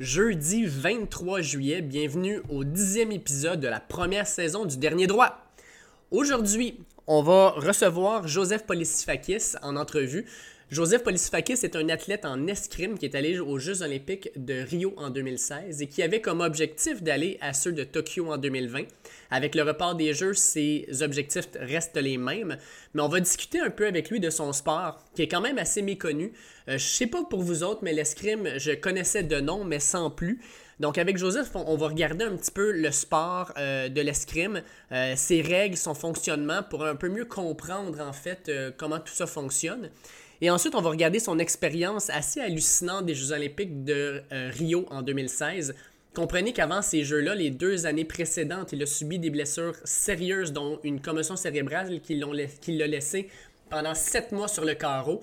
Jeudi 23 juillet, bienvenue au 10e épisode de la première saison du Dernier Droit. Aujourd'hui, on va recevoir Joseph Polisifakis en entrevue. Joseph Polisifakis est un athlète en escrime qui est allé aux Jeux olympiques de Rio en 2016 et qui avait comme objectif d'aller à ceux de Tokyo en 2020. Avec le report des Jeux, ses objectifs restent les mêmes, mais on va discuter un peu avec lui de son sport, qui est quand même assez méconnu. Je sais pas pour vous autres, mais l'escrime, je connaissais de nom, mais sans plus. Donc avec Joseph, on va regarder un petit peu le sport de l'escrime, ses règles, son fonctionnement, pour un peu mieux comprendre en fait comment tout ça fonctionne. Et ensuite, on va regarder son expérience assez hallucinante des Jeux olympiques de Rio en 2016. Comprenez qu'avant ces Jeux-là, les 2 années précédentes, il a subi des blessures sérieuses, dont une commotion cérébrale qui l'a laissé pendant 7 mois sur le carreau.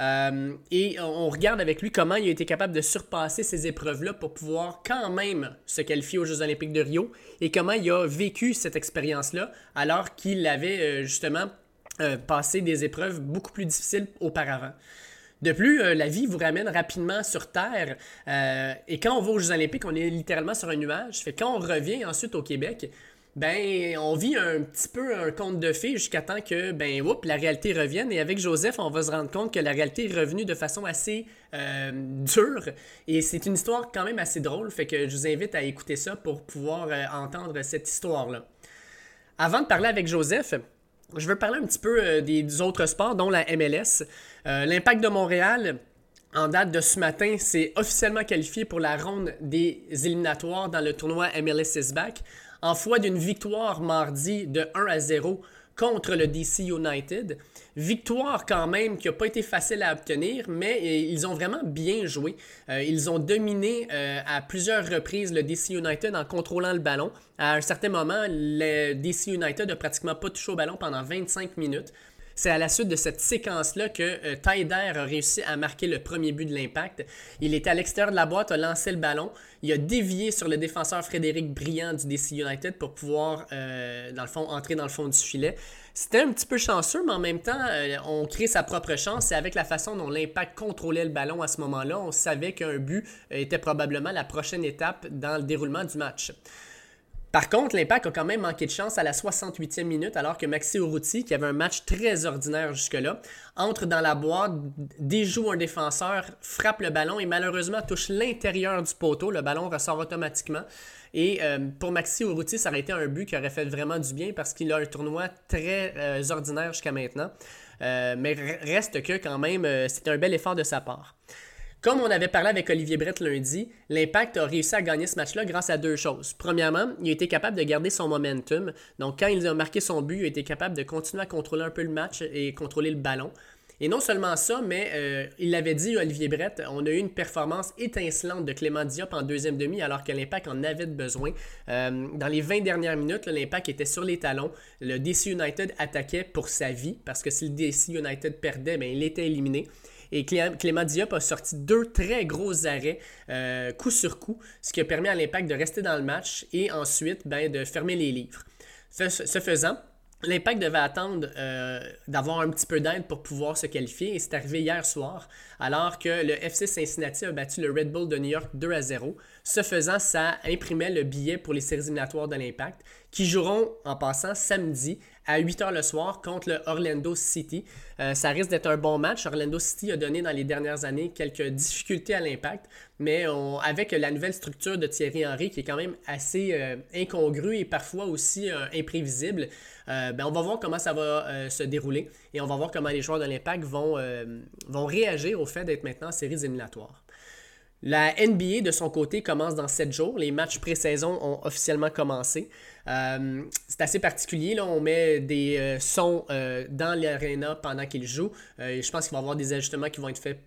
Et on regarde avec lui comment il a été capable de surpasser ces épreuves-là pour pouvoir quand même se qualifier aux Jeux olympiques de Rio et comment il a vécu cette expérience-là alors qu'il avait justement passé des épreuves beaucoup plus difficiles auparavant. De plus, la vie vous ramène rapidement sur Terre et quand on va aux Jeux olympiques, on est littéralement sur un nuage. Fait que quand on revient ensuite au Québec, on vit un petit peu un conte de fées jusqu'à temps que, la réalité revienne. Et avec Joseph, on va se rendre compte que la réalité est revenue de façon assez dure. Et c'est une histoire quand même assez drôle. Fait que je vous invite à écouter ça pour pouvoir entendre cette histoire-là. Avant de parler avec Joseph, je veux parler un petit peu des autres sports, dont la MLS. L'Impact de Montréal, en date de ce matin, s'est officiellement qualifié pour la ronde des éliminatoires dans le tournoi MLS is Back, en foi d'une victoire mardi de 1-0 contre le DC United. Victoire quand même qui n'a pas été facile à obtenir, mais ils ont vraiment bien joué. Ils ont dominé à plusieurs reprises le DC United en contrôlant le ballon. À un certain moment, le DC United n'a pratiquement pas touché au ballon pendant 25 minutes. C'est à la suite de cette séquence-là que Taider a réussi à marquer le premier but de l'Impact. Il était à l'extérieur de la boîte, a lancé le ballon. Il a dévié sur le défenseur Frédéric Briand du DC United pour pouvoir, entrer dans le fond du filet. C'était un petit peu chanceux, mais en même temps, on crée sa propre chance. Et avec la façon dont l'Impact contrôlait le ballon à ce moment-là, on savait qu'un but était probablement la prochaine étape dans le déroulement du match. Par contre, l'Impact a quand même manqué de chance à la 68e minute alors que Maxi Urruti, qui avait un match très ordinaire jusque-là, entre dans la boîte, déjoue un défenseur, frappe le ballon et malheureusement touche l'intérieur du poteau. Le ballon ressort automatiquement. Et pour Maxi Urruti, ça aurait été un but qui aurait fait vraiment du bien parce qu'il a un tournoi très ordinaire jusqu'à maintenant. Mais reste que quand même, c'est un bel effort de sa part. Comme on avait parlé avec Olivier Brett lundi, l'Impact a réussi à gagner ce match-là grâce à 2 choses. Premièrement, il a été capable de garder son momentum. Donc, quand il a marqué son but, il a été capable de continuer à contrôler un peu le match et contrôler le ballon. Et non seulement ça, mais il l'avait dit, Olivier Brett, on a eu une performance étincelante de Clément Diop en deuxième demi alors que l'Impact en avait besoin. Dans les 20 dernières minutes, l'Impact était sur les talons. Le DC United attaquait pour sa vie parce que si le DC United perdait, il était éliminé. Et Clément Diop a sorti 2 très gros arrêts coup sur coup, ce qui a permis à l'Impact de rester dans le match et ensuite de fermer les livres. Ce faisant, l'Impact devait attendre d'avoir un petit peu d'aide pour pouvoir se qualifier et c'est arrivé hier soir alors que le FC Cincinnati a battu le Red Bull de New York 2-0. Ce faisant, ça imprimait le billet pour les séries éliminatoires de l'Impact qui joueront en passant samedi à 8h le soir contre le Orlando City. Ça risque d'être un bon match. Orlando City a donné dans les dernières années quelques difficultés à l'Impact, mais avec la nouvelle structure de Thierry Henry qui est quand même assez incongrue et parfois aussi imprévisible, on va voir comment ça va se dérouler et on va voir comment les joueurs de l'Impact vont réagir au fait d'être maintenant en séries éliminatoires. La NBA, de son côté, commence dans 7 jours. Les matchs pré-saison ont officiellement commencé. C'est assez particulier. Là. On met des sons dans l'aréna pendant qu'ils jouent. Je pense qu'il va y avoir des ajustements qui vont être faits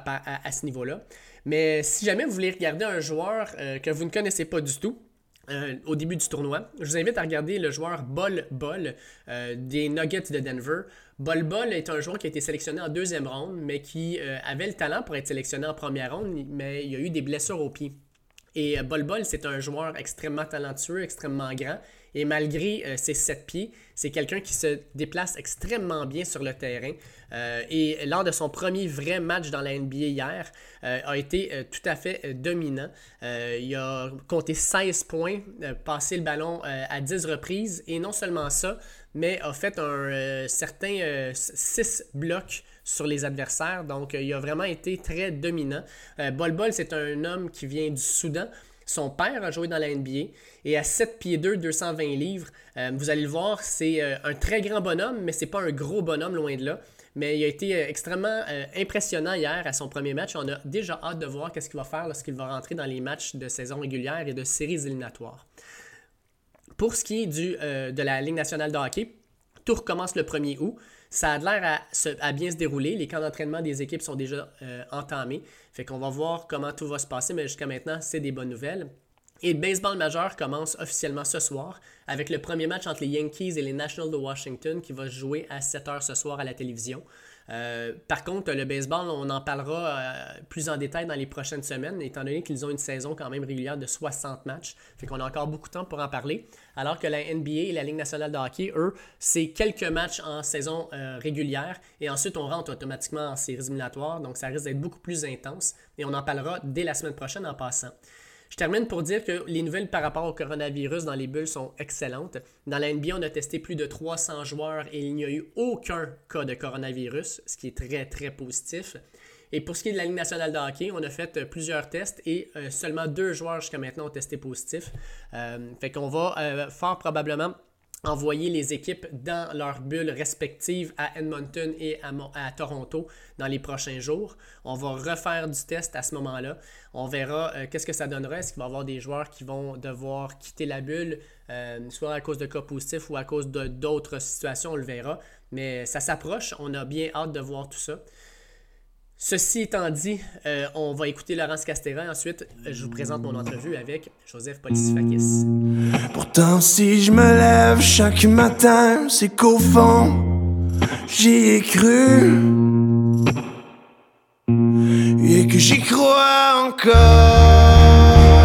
à ce niveau-là. Mais si jamais vous voulez regarder un joueur que vous ne connaissez pas du tout, au début du tournoi, je vous invite à regarder le joueur Bol Bol des Nuggets de Denver. Bol Bol est un joueur qui a été sélectionné en 2e ronde, mais qui avait le talent pour être sélectionné en première ronde, mais il a eu des blessures au pied. Et Bol Bol, c'est un joueur extrêmement talentueux, extrêmement grand. Et malgré ses 7 pieds, c'est quelqu'un qui se déplace extrêmement bien sur le terrain. Et lors de son premier vrai match dans la NBA hier, a été tout à fait dominant. Il a compté 16 points, passé le ballon à 10 reprises. Et non seulement ça, mais a fait un certain 6 blocs sur les adversaires. Donc, il a vraiment été très dominant. Bol Bol, c'est un homme qui vient du Soudan. Son père a joué dans la NBA et à 7 pieds 2, 220 livres, vous allez le voir, c'est un très grand bonhomme, mais c'est pas un gros bonhomme, loin de là. Mais il a été extrêmement impressionnant hier à son premier match. On a déjà hâte de voir qu'est-ce qu'il va faire lorsqu'il va rentrer dans les matchs de saison régulière et de séries éliminatoires. Pour ce qui est de la Ligue nationale de hockey, tout recommence le 1er août. Ça a l'air à bien se dérouler. Les camps d'entraînement des équipes sont déjà entamés. Fait qu'on va voir comment tout va se passer, mais jusqu'à maintenant, c'est des bonnes nouvelles. Et le baseball majeur commence officiellement ce soir avec le premier match entre les Yankees et les Nationals de Washington qui va se jouer à 7h ce soir à la télévision. Par contre, le baseball, on en parlera plus en détail dans les prochaines semaines, étant donné qu'ils ont une saison quand même régulière de 60 matchs. Fait qu'on a encore beaucoup de temps pour en parler. Alors que la NBA et la Ligue nationale de hockey, eux, c'est quelques matchs en saison régulière et ensuite on rentre automatiquement en séries éliminatoires. Donc ça risque d'être beaucoup plus intense et on en parlera dès la semaine prochaine en passant. Je termine pour dire que les nouvelles par rapport au coronavirus dans les bulles sont excellentes. Dans la NBA, on a testé plus de 300 joueurs et il n'y a eu aucun cas de coronavirus, ce qui est très, très positif. Et pour ce qui est de la Ligue nationale de hockey, on a fait plusieurs tests et seulement 2 joueurs jusqu'à maintenant ont testé positif. Fait qu'on va fort probablement envoyer les équipes dans leurs bulles respectives à Edmonton et à Toronto dans les prochains jours. On va refaire du test à ce moment-là. On verra qu'est-ce que ça donnera. Est-ce qu'il va y avoir des joueurs qui vont devoir quitter la bulle, soit à cause de cas positifs ou à cause d'autres situations, on le verra. Mais ça s'approche. On a bien hâte de voir tout ça. Ceci étant dit, on va écouter Laurence Castéra et ensuite, je vous présente mon entrevue avec Joseph Polissifakis. Pourtant, si je me lève chaque matin, c'est qu'au fond, j'y ai cru et que j'y crois encore.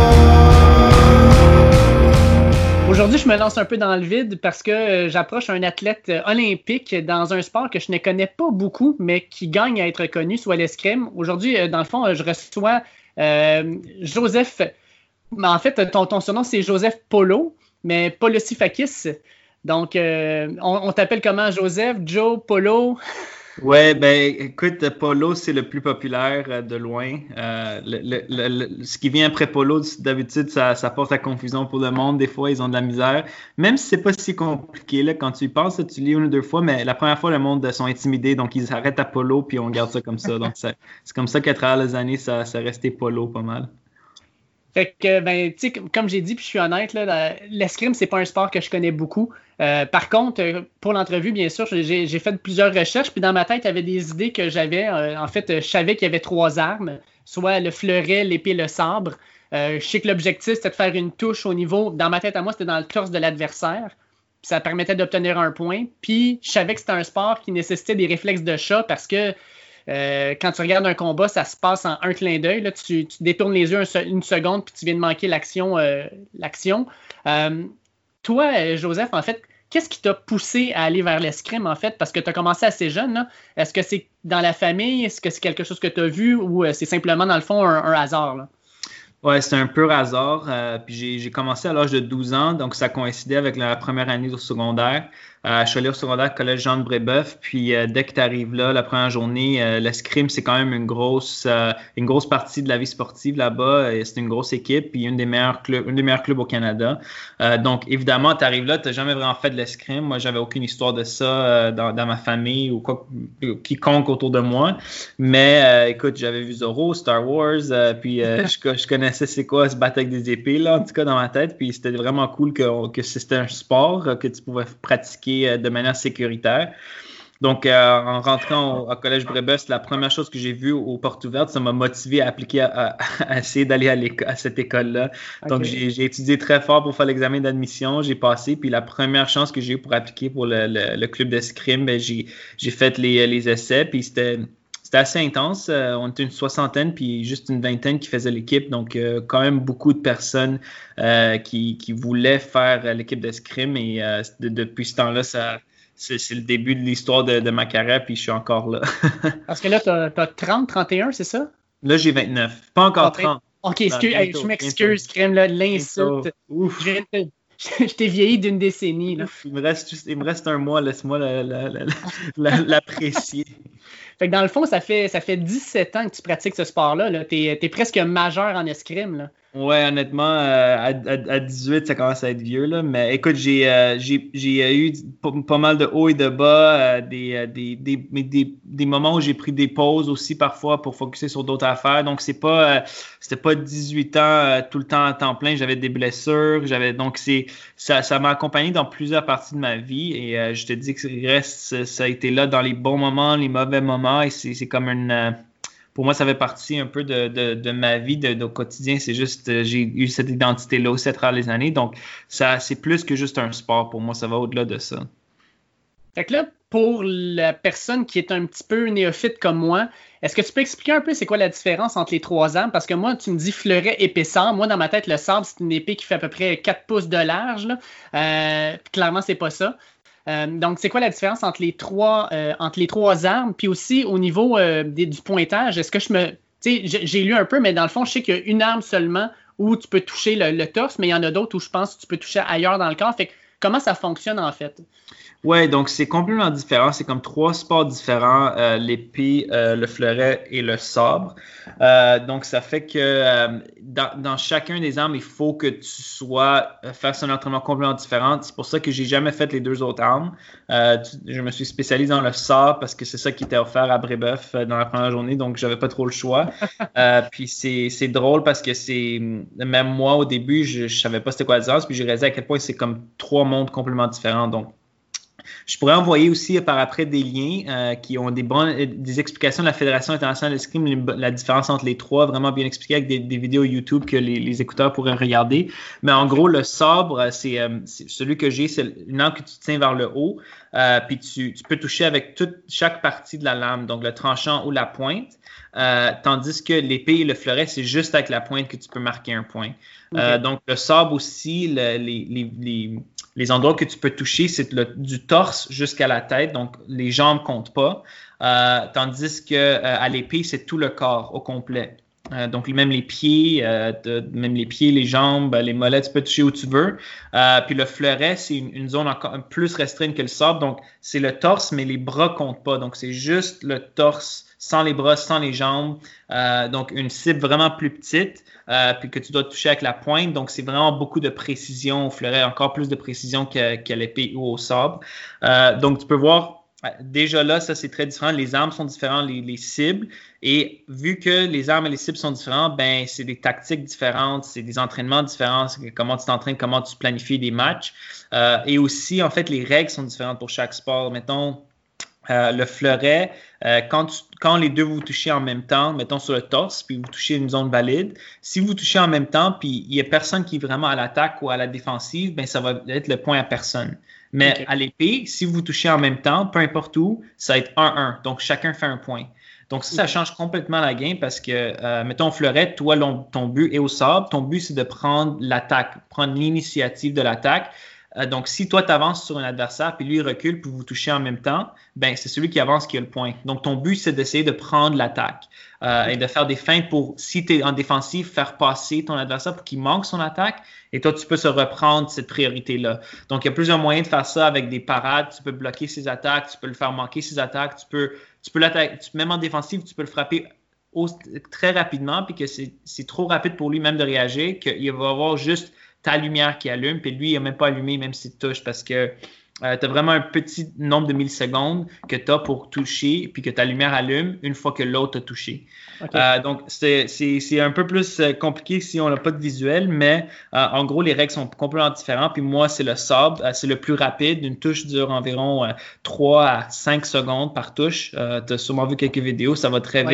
Aujourd'hui, je me lance un peu dans le vide parce que j'approche un athlète olympique dans un sport que je ne connais pas beaucoup, mais qui gagne à être connu, soit l'escrime. Aujourd'hui, dans le fond, je reçois Joseph. En fait, ton surnom, c'est Joseph Polo, mais Polissifakis. Donc, on t'appelle comment, Joseph, Joe, Polo? Ouais, ben écoute, Polo, c'est le plus populaire de loin. Ce qui vient après Polo, d'habitude, ça porte à confusion pour le monde. Des fois, ils ont de la misère. Même si c'est pas si compliqué, là, quand tu y penses, tu lis une ou deux fois, mais la première fois, le monde sont intimidés, donc ils s'arrêtent à Polo, puis on garde ça comme ça. Donc, c'est comme ça qu'à travers les années, ça restait Polo pas mal. Fait que, ben, tu sais, comme j'ai dit, puis je suis honnête, là, l'escrime, c'est pas un sport que je connais beaucoup. Par contre, pour l'entrevue, bien sûr, j'ai fait plusieurs recherches, puis dans ma tête, il y avait des idées que j'avais. En fait, je savais qu'il y avait 3 armes, soit le fleuret, l'épée, le sabre. Je sais que l'objectif, c'était de faire une touche au niveau, dans ma tête à moi, c'était dans le torse de l'adversaire. Puis ça permettait d'obtenir un point. Puis je savais que c'était un sport qui nécessitait des réflexes de chat parce que quand tu regardes un combat, ça se passe en un clin d'œil. Là, tu détournes les yeux une seconde puis tu viens de manquer l'action. Toi, Joseph, en fait, qu'est-ce qui t'a poussé à aller vers l'escrime, en fait? Parce que tu as commencé assez jeune. Là. Est-ce que c'est dans la famille? Est-ce que c'est quelque chose que tu as vu ou c'est simplement, dans le fond, un hasard? Là? Ouais, c'est un pur hasard. Puis j'ai commencé à l'âge de 12 ans, donc ça coïncidait avec la première année au secondaire. Je suis allé au secondaire collège Jean de Brébeuf, puis dès que tu arrives là, la première journée, l'escrime, c'est quand même une grosse partie de la vie sportive là-bas. C'est une grosse équipe, puis un des meilleurs clubs au Canada. Donc, évidemment, tu arrives là, tu n'as jamais vraiment fait de l'escrime. Moi, j'avais aucune histoire de ça dans ma famille ou quiconque autour de moi. Mais écoute, j'avais vu Zorro, Star Wars, puis je connaissais c'est quoi se battre avec des épées, là, en tout cas dans ma tête. Puis c'était vraiment cool que c'était un sport que tu pouvais pratiquer de manière sécuritaire. Donc, en rentrant au collège Brébeuf, la première chose que j'ai vue aux portes ouvertes, ça m'a motivé à appliquer, à essayer d'aller à cette école-là. Okay. Donc, j'ai étudié très fort pour faire l'examen d'admission. J'ai passé, puis la première chance que j'ai eue pour appliquer pour le club d'escrime, ben, j'ai fait les essais, puis c'était c'était assez intense. On était une soixantaine, puis juste une vingtaine qui faisait l'équipe. Donc, quand même beaucoup de personnes qui voulaient faire l'équipe d'escrime. Et depuis ce temps-là, c'est le début de l'histoire de ma carrière, puis je suis encore là. Parce que là, tu as 30, 31, c'est ça? Là, j'ai 29. Pas encore 30. OK, je m'excuse, Crème, là, l'insulte. Je t'ai vieilli d'une décennie. Là. Il me reste un mois, laisse-moi l'apprécier. Fait que dans le fond, ça fait 17 ans que tu pratiques ce sport-là. -là. T'es presque majeur en escrime. Là. Ouais, honnêtement, à 18, ça commence à être vieux, là. Mais écoute, j'ai eu pas mal de hauts et de bas, des moments où j'ai pris des pauses aussi parfois pour focusser sur d'autres affaires. Donc, c'était pas 18 ans tout le temps à temps plein. J'avais des blessures. Donc, ça m'a accompagné dans plusieurs parties de ma vie. Et je te dis que ça a été là dans les bons moments, les mauvais moments. Et c'est comme pour moi, ça fait partie un peu de ma vie, au quotidien. C'est juste, j'ai eu cette identité-là aussi à travers les années. Donc, c'est plus que juste un sport pour moi. Ça va au-delà de ça. Fait que là, pour la personne qui est un petit peu néophyte comme moi, est-ce que tu peux expliquer un peu c'est quoi la différence entre les trois armes? Parce que moi, tu me dis fleuret, épée, sabre. Moi, dans ma tête, le sabre, c'est une épée qui fait à peu près 4 pouces de large. Là. Clairement, c'est pas ça. Donc, c'est quoi la différence entre les trois armes? Puis aussi, au niveau du pointage, est-ce que j'ai lu un peu, mais dans le fond, je sais qu'il y a une arme seulement où tu peux toucher le torse, mais il y en a d'autres où je pense que tu peux toucher ailleurs dans le corps. Fait que, comment ça fonctionne en fait? Ouais, donc c'est complètement différent. C'est comme 3 sports différents, l'épée, le fleuret et le sabre. Donc, ça fait que dans chacun des armes, il faut que tu fasses un entraînement complètement différent. C'est pour ça que j'ai jamais fait les 2 autres armes. Je me suis spécialisé dans le sabre parce que c'est ça qui était offert à Brébeuf dans la première journée, donc j'avais pas trop le choix. Puis c'est drôle parce que même moi au début, je savais pas c'était quoi la différence, puis j'ai réalisé à quel point c'est comme 3 mondes complètement différents. Donc, je pourrais envoyer aussi par après des liens qui ont des explications de la Fédération internationale d'escrime, la différence entre les 3, vraiment bien expliqué avec des vidéos YouTube que les écouteurs pourraient regarder. Mais en gros, le sabre, c'est celui que j'ai, c'est une arme que tu tiens vers le haut, puis tu peux toucher avec chaque partie de la lame, donc le tranchant ou la pointe, tandis que l'épée et le fleuret, c'est juste avec la pointe que tu peux marquer un point. Okay. Donc, le sabre aussi, les endroits que tu peux toucher, c'est du torse jusqu'à la tête, donc les jambes comptent pas, tandis que à l'épée, c'est tout le corps au complet. Donc, même les pieds, les jambes, les mollets, tu peux toucher où tu veux. Puis le fleuret, c'est une zone encore plus restreinte que le sabre. Donc, c'est le torse, mais les bras comptent pas. Donc, c'est juste le torse, sans les bras, sans les jambes. Donc, une cible vraiment plus petite, puis que tu dois toucher avec la pointe. Donc, c'est vraiment beaucoup de précision au fleuret, encore plus de précision qu'à l'épée ou au sabre. Donc, tu peux voir, déjà là, ça c'est très différent. Les armes sont différentes, les cibles. Et vu que les armes et les cibles sont différentes, ben c'est des tactiques différentes, c'est des entraînements différents, c'est comment tu t'entraînes, comment tu planifies des matchs. Et aussi, en fait, les règles sont différentes pour chaque sport. Mettons, le fleuret, quand les deux vous touchez en même temps, mettons sur le torse, puis vous touchez une zone valide, si vous touchez en même temps, puis il n'y a personne qui est vraiment à l'attaque ou à la défensive, ben ça va être le point à personne. Mais okay. À l'épée, si vous touchez en même temps, peu importe où, ça va être 1-1. Donc, chacun fait un point. Donc, ça change complètement la game parce que, mettons, fleuret, toi, ton but est au sabre. Ton but, c'est de prendre l'attaque, prendre l'initiative de l'attaque. Donc, si toi, tu avances sur un adversaire, puis lui, il recule, puis vous touchez en même temps, ben c'est celui qui avance qui a le point. Donc, ton but, c'est d'essayer de prendre l'attaque et de faire des feintes pour, si tu es en défensive, faire passer ton adversaire pour qu'il manque son attaque. Et toi, tu peux se reprendre cette priorité-là. Donc, il y a plusieurs moyens de faire ça avec des parades. Tu peux bloquer ses attaques, tu peux le faire manquer ses attaques, tu peux l'attaquer, même en défensive, tu peux le frapper très rapidement, puis que c'est trop rapide pour lui même de réagir, qu'il va avoir juste ta lumière qui allume, puis lui, il n'a même pas allumé, même s'il touche, parce que tu as vraiment un petit nombre de millisecondes que tu as pour toucher, puis que ta lumière allume une fois que l'autre a touché. Okay. Donc, c'est un peu plus compliqué si on n'a pas de visuel, mais en gros, les règles sont complètement différentes. Puis moi, c'est le sabre, c'est le plus rapide. Une touche dure environ 3 à 5 secondes par touche. Tu as sûrement vu quelques vidéos, ça va très vite.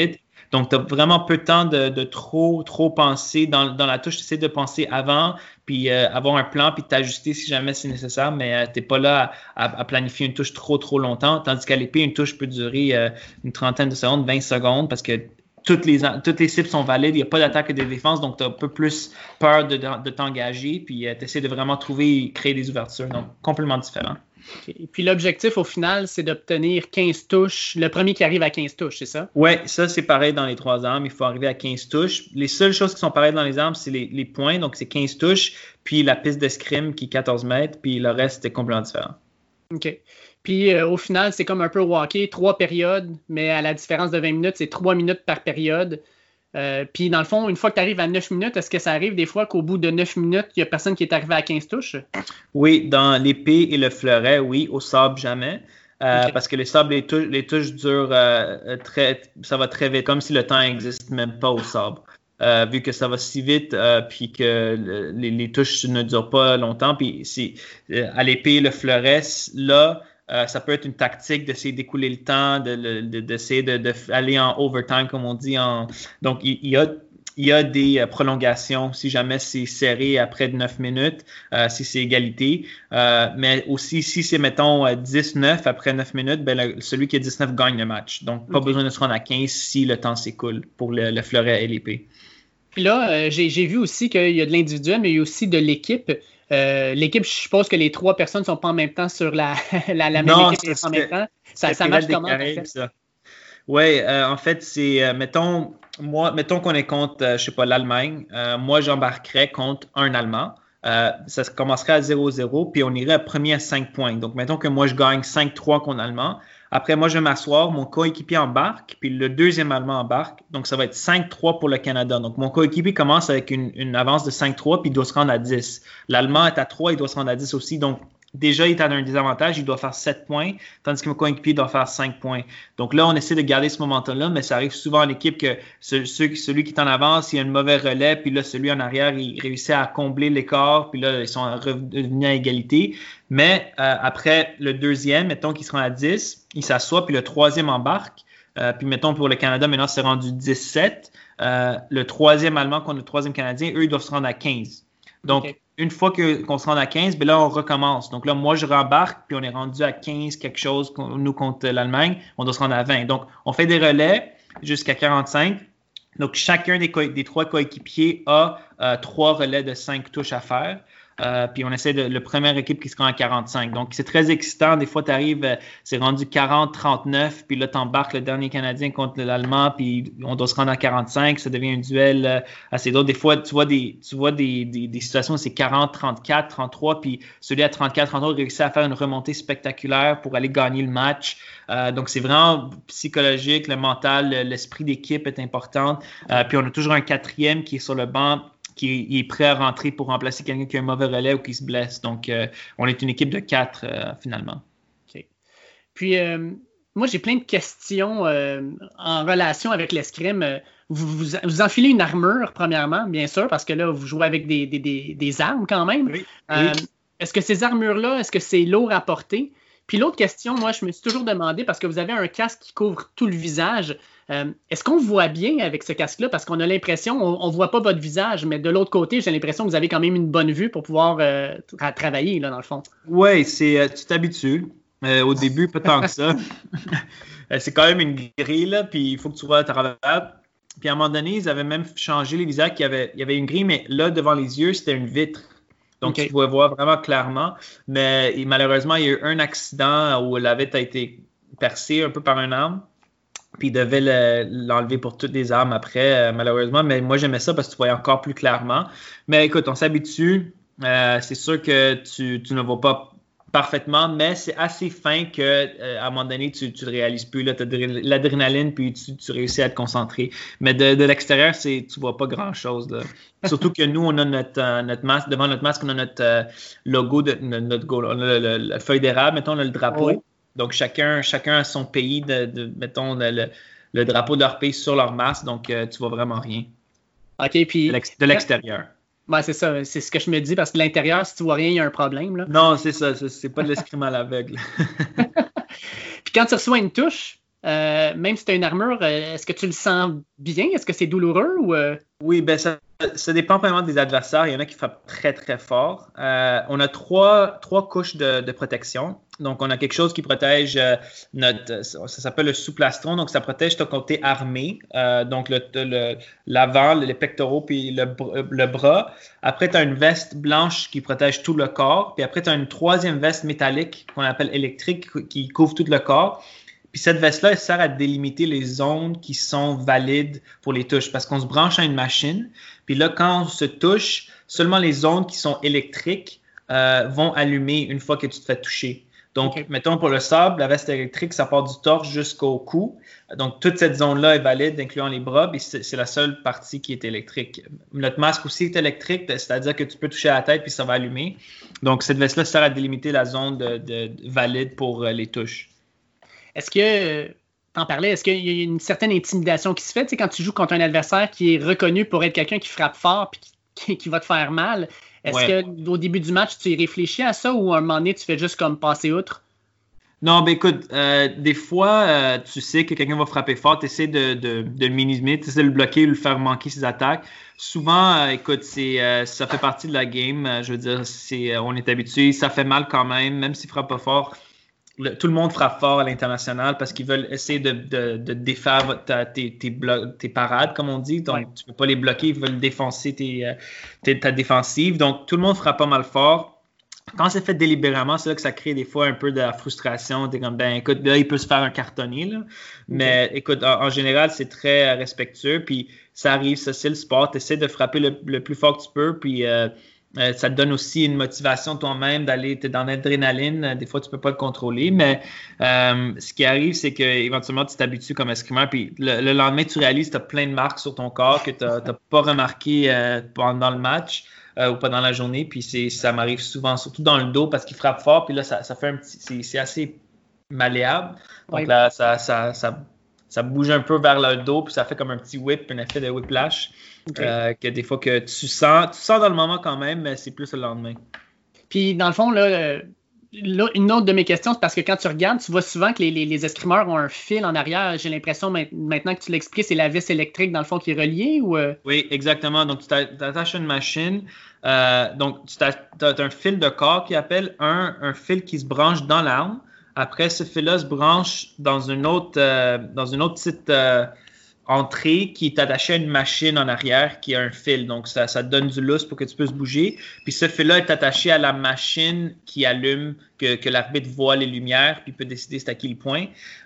Donc, tu as vraiment peu de temps de trop penser dans la touche. Tu essaies de penser avant, puis avoir un plan, puis t'ajuster si jamais c'est nécessaire, mais tu n'es pas là à planifier une touche trop longtemps. Tandis qu'à l'épée, une touche peut durer une trentaine de secondes, 20 secondes, parce que toutes les cibles sont valides, il n'y a pas d'attaque et de défense, donc tu as un peu plus peur de t'engager, puis tu essaies de vraiment créer des ouvertures. Donc, complètement différent. Okay. Et puis l'objectif au final, c'est d'obtenir 15 touches. Le premier qui arrive à 15 touches, c'est ça? Oui, ça c'est pareil dans les 3 armes. Il faut arriver à 15 touches. Les seules choses qui sont pareilles dans les armes, c'est les points, donc c'est 15 touches, puis la piste d'escrime qui est 14 mètres, puis le reste est complètement différent. OK. Puis au final, c'est comme un peu au hockey, 3 périodes, mais à la différence de 20 minutes, c'est 3 minutes par période. Puis dans le fond, une fois que tu arrives à 9 minutes, est-ce que ça arrive des fois qu'au bout de 9 minutes, il n'y a personne qui est arrivé à 15 touches? Oui, dans l'épée et le fleuret, oui. Au sable, jamais. Okay. Parce que les sables, les touches durent ça va très vite, comme si le temps n'existe même pas au sable. Vu que ça va si vite, puis que les touches ne durent pas longtemps. Puis à l'épée et le fleuret, là, ça peut être une tactique d'essayer d'écouler le temps, d'essayer d'aller en overtime, comme on dit. Donc, il y a des prolongations si jamais c'est serré après 9 minutes, si c'est égalité. Mais aussi, si c'est, mettons, 10-9 après 9 minutes, celui qui a 19 gagne le match. Donc, pas besoin de se rendre à 15 si le temps s'écoule pour le fleuret et l'épée. Puis là, j'ai vu aussi qu'il y a de l'individuel, mais il y a aussi de l'équipe. L'équipe, je suppose que les 3 personnes ne sont pas en même temps sur la même équipe en même temps. Ça marche comment? Oui, en fait, c'est, mettons qu'on est contre, l'Allemagne. Moi, j'embarquerais contre un Allemand. Ça commencerait à 0-0, puis on irait à premier à 5 points. Donc, mettons que moi, je gagne 5-3 contre l'Allemand. Après, moi, je vais m'asseoir, mon coéquipier embarque, puis le deuxième Allemand embarque. Donc, ça va être 5-3 pour le Canada. Donc, mon coéquipier commence avec une avance de 5-3, puis il doit se rendre à 10. L'Allemand est à 3, il doit se rendre à 10 aussi. Donc, déjà, il est à un désavantage, il doit faire 7 points, tandis que mon coéquipier doit faire 5 points. Donc là, on essaie de garder ce momentum-là, mais ça arrive souvent en équipe que celui qui est en avance, il y a un mauvais relais, puis là, celui en arrière, il réussit à combler l'écart, puis là, ils sont revenus à égalité. Mais après le deuxième, mettons qu'ils seront à 10, il s'assoit, puis le troisième embarque. Puis mettons pour le Canada, maintenant, c'est rendu 17. Le troisième Allemand contre le troisième Canadien, eux, ils doivent se rendre à 15. Donc, Une fois qu'on se rend à 15, là, on recommence. Donc là, moi, je rembarque, puis on est rendu à 15 quelque chose, nous, contre l'Allemagne. On doit se rendre à 20. Donc, on fait des relais jusqu'à 45. Donc, chacun des 3 coéquipiers a 3 relais de 5 touches à faire. Puis on essaie le première équipe qui se rend à 45. Donc, c'est très excitant. Des fois, tu arrives, c'est rendu 40-39, puis là, tu embarques le dernier Canadien contre l'Allemand, puis on doit se rendre à 45. Ça devient un duel assez drôle. Des fois, tu vois des situations où c'est 40-34, 33, puis celui à 34-33 réussit à faire une remontée spectaculaire pour aller gagner le match. Donc, c'est vraiment psychologique, le mental, l'esprit d'équipe est important. Puis on a toujours un quatrième qui est sur le banc, qui est prêt à rentrer pour remplacer quelqu'un qui a un mauvais relais ou qui se blesse. Donc, on est une équipe de 4 finalement. OK. Puis, moi, j'ai plein de questions en relation avec l'escrime. Vous enfilez une armure, premièrement, bien sûr, parce que là, vous jouez avec des armes quand même. Oui. Est-ce que ces armures-là, est-ce que c'est lourd à porter? Puis l'autre question, moi, je me suis toujours demandé, parce que vous avez un casque qui couvre tout le visage, est-ce qu'on voit bien avec ce casque-là? Parce qu'on a l'impression, on ne voit pas votre visage, mais de l'autre côté, j'ai l'impression que vous avez quand même une bonne vue pour pouvoir travailler, là, dans le fond. Oui, tu t'habitues. Au début, pas tant que ça. C'est quand même une grille, là, puis il faut que tu vois à travers. Puis à un moment donné, ils avaient même changé les visages. Il y avait une grille, mais là, devant les yeux, c'était une vitre. Donc, tu pouvais voir vraiment clairement. Mais malheureusement, il y a eu un accident où la vitre a été percée un peu par une arme. Puis, ils devaient l'enlever pour toutes les armes après, malheureusement. Mais moi, j'aimais ça parce que tu voyais encore plus clairement. Mais écoute, on s'habitue. C'est sûr que tu ne vois pas parfaitement, mais c'est assez fin qu'à un moment donné, tu ne réalises plus. Tu as de l'adrénaline, puis tu réussis à te concentrer. Mais de l'extérieur, tu ne vois pas grand-chose. Surtout que nous, on a notre masque. Devant notre masque, on a notre logo, on a la feuille d'érable, mettons, on a le drapeau. Oui. Donc, chacun a son pays, mettons, le drapeau de leur pays sur leur masque. Donc, tu vois vraiment rien. OK, puis... De l'extérieur. Ben, c'est ça, c'est ce que je me dis, parce que de l'intérieur, si tu vois rien, il y a un problème. Là. Non, c'est ça, c'est pas de l'escrime à l'aveugle. Puis quand tu reçois une touche, même si tu as une armure, est-ce que tu le sens bien? Est-ce que c'est douloureux ou Oui, ben ça dépend vraiment des adversaires. Il y en a qui frappent très, très fort. On a trois couches de protection. Donc, on a quelque chose qui protège ça s'appelle le sous-plastron. Donc, ça protège ton côté armé. Donc, l'avant, les pectoraux, puis le bras. Après, tu as une veste blanche qui protège tout le corps. Puis après, tu as une troisième veste métallique qu'on appelle électrique qui couvre tout le corps. Puis cette veste-là, elle sert à délimiter les zones qui sont valides pour les touches parce qu'on se branche à une machine. Puis là, quand on se touche, seulement les zones qui sont électriques vont allumer une fois que tu te fais toucher. Donc, mettons pour le sable, la veste électrique, ça part du torse jusqu'au cou. Donc, toute cette zone-là est valide, incluant les bras, puis c'est la seule partie qui est électrique. Notre masque aussi est électrique, c'est-à-dire que tu peux toucher à la tête puis ça va allumer. Donc, cette veste-là sert à délimiter la zone valide pour les touches. Est-ce que, t'en parlais, est-ce qu'il y a une certaine intimidation qui se fait, tu sais, quand tu joues contre un adversaire qui est reconnu pour être quelqu'un qui frappe fort et qui va te faire mal? Est-ce qu'au début du match, tu y réfléchis à ça ou à un moment donné, tu fais juste comme passer outre? Non, ben écoute, des fois, tu sais que quelqu'un va frapper fort, tu essaies de le minimiser, tu essaies de le bloquer ou de le faire manquer ses attaques. Souvent, écoute, ça fait partie de la game. Je veux dire, on est habitué, ça fait mal quand même s'il frappe pas fort. Tout le monde frappe fort à l'international parce qu'ils veulent essayer de défaire tes parades, comme on dit. Donc, tu ne peux pas les bloquer, ils veulent défoncer ta défensive. Donc, tout le monde frappe pas mal fort. Quand c'est fait délibérément, c'est là que ça crée des fois un peu de la frustration. T'es comme, ben écoute, là, il peut se faire un cartonné, là. Mais écoute, en général, c'est très respectueux. Puis, ça arrive, ça, c'est le sport. Tu essaies de frapper le plus fort que tu peux. Puis, ça te donne aussi une motivation toi-même d'aller, t'es dans l'adrénaline. Des fois, tu peux pas le contrôler, mais ce qui arrive, c'est qu'éventuellement, tu t'habitues comme escrimeur, puis le lendemain, tu réalises que tu as plein de marques sur ton corps que tu n'as pas remarqué pendant le match ou pendant la journée, puis ça m'arrive souvent, surtout dans le dos, parce qu'il frappe fort, puis là, ça fait un petit... C'est assez malléable. Donc là, ça bouge un peu vers le dos, puis ça fait comme un petit whip, un effet de whiplash. Que des fois que tu sens dans le moment quand même, mais c'est plus le lendemain. Puis dans le fond, là, une autre de mes questions, c'est parce que quand tu regardes, tu vois souvent que les escrimeurs ont un fil en arrière. J'ai l'impression maintenant que tu l'expliques, c'est la vis électrique dans le fond qui est reliée ou Oui, exactement. Donc tu t'attaches à une machine. Donc tu as un fil de corps qui appelle un fil qui se branche dans l'arme. Après, ce fil-là se branche dans une autre petite entrée qui est attachée à une machine en arrière qui a un fil. Donc, ça te donne du lousse pour que tu puisses bouger. Puis ce fil-là est attaché à la machine qui allume, que l'arbitre voit les lumières puis peut décider c'est à qui le point.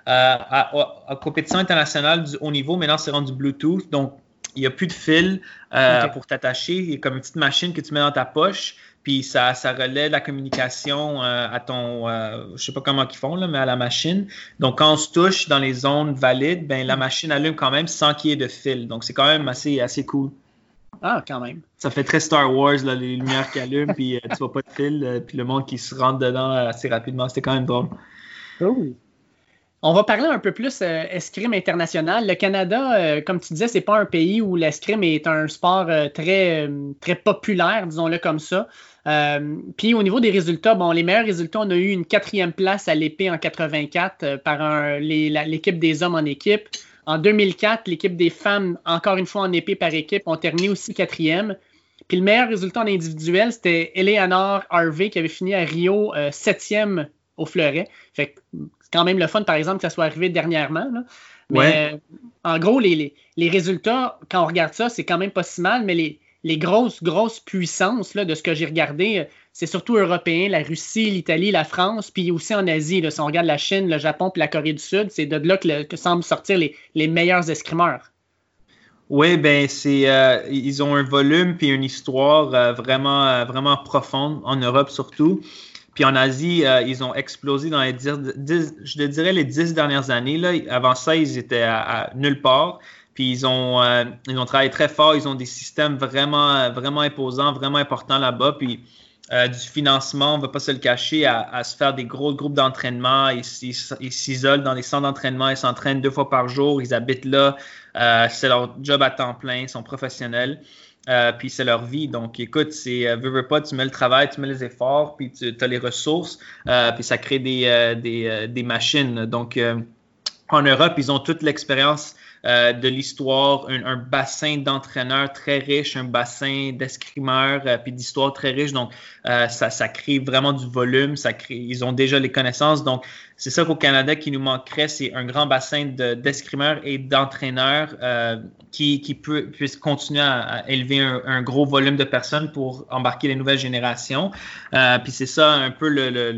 En compétition internationale du haut niveau, maintenant, c'est rendu Bluetooth. Donc, il n'y a plus de fil pour t'attacher. Il y a comme une petite machine que tu mets dans ta poche. Puis ça relaie la communication à ton, je sais pas comment ils font là, mais à la machine. Donc quand on se touche dans les zones valides, ben la machine allume quand même sans qu'il y ait de fil. Donc c'est quand même assez cool. Ah, quand même. Ça fait très Star Wars là, les lumières qui allument, puis tu vois pas de fil, puis le monde qui se rentre dedans assez rapidement. C'était quand même drôle. Cool. On va parler un peu plus escrime international. Le Canada, comme tu disais, c'est pas un pays où l'escrime est un sport très, très populaire, disons-le comme ça. Puis au niveau des résultats, bon, les meilleurs résultats, on a eu une 4e place à l'épée en 84 par l'équipe des hommes en équipe. En 2004, l'équipe des femmes, encore une fois en épée par équipe, ont terminé aussi 4e. Puis le meilleur résultat en individuel, c'était Eleanor Harvey qui avait fini à Rio 7e au fleuret. Fait que c'est quand même le fun, par exemple, que ça soit arrivé dernièrement. Là. Mais en gros, les résultats, quand on regarde ça, c'est quand même pas si mal, mais les grosses puissances là, de ce que j'ai regardé, c'est surtout européen, la Russie, l'Italie, la France, puis aussi en Asie. Là, si on regarde la Chine, le Japon puis la Corée du Sud, c'est de là que semblent sortir les meilleurs escrimeurs. Oui, ben ils ont un volume puis une histoire vraiment profonde en Europe surtout. Puis en Asie, ils ont explosé dans les 10 dernières années. Là. Avant ça, ils étaient à nulle part. Puis ils ont travaillé très fort. Ils ont des systèmes vraiment imposants, vraiment importants là-bas. Puis du financement, on ne va pas se le cacher, à se faire des gros groupes d'entraînement. Ils s'isolent dans des centres d'entraînement. Ils s'entraînent 2 fois par jour. Ils habitent là. C'est leur job à temps plein. Ils sont professionnels. Puis c'est leur vie. Donc, écoute, veux pas, tu mets le travail, tu mets les efforts, puis tu as les ressources, puis ça crée des machines. Donc, en Europe, ils ont toute l'expérience de l'histoire, un bassin d'entraîneurs très riche, un bassin d'escrimeurs, puis d'histoire très riche. Donc, ça crée vraiment du volume. Ils ont déjà les connaissances. Donc, c'est ça qu'au Canada qui nous manquerait, c'est un grand bassin d'escrimeurs et d'entraîneurs qui puissent continuer à élever un gros volume de personnes pour embarquer les nouvelles générations. Puis c'est ça un peu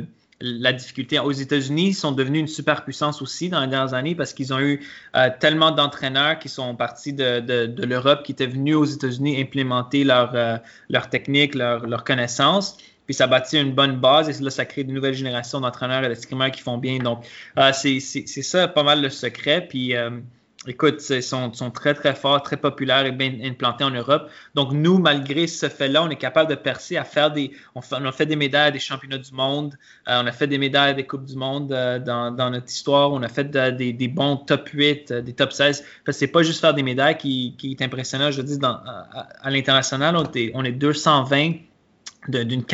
la difficulté. Aux États-Unis, ils sont devenus une superpuissance aussi dans les dernières années parce qu'ils ont eu tellement d'entraîneurs qui sont partis de l'Europe, qui étaient venus aux États-Unis implémenter leur technique, leur connaissance. Puis ça bâtit une bonne base et là, ça crée de nouvelles générations d'entraîneurs et d'escrimeurs qui font bien. Donc, c'est ça pas mal le secret. Puis, écoute, ils sont très, très forts, très populaires et bien implantés en Europe. Donc, nous, malgré ce fait-là, on est capable de percer à faire on a fait des médailles des championnats du monde. On a fait des médailles des Coupes du monde dans notre histoire. On a fait des bons top 8, des top 16. Parce que c'est pas juste faire des médailles qui est impressionnant. Je dis, à l'international, on est 220 d'une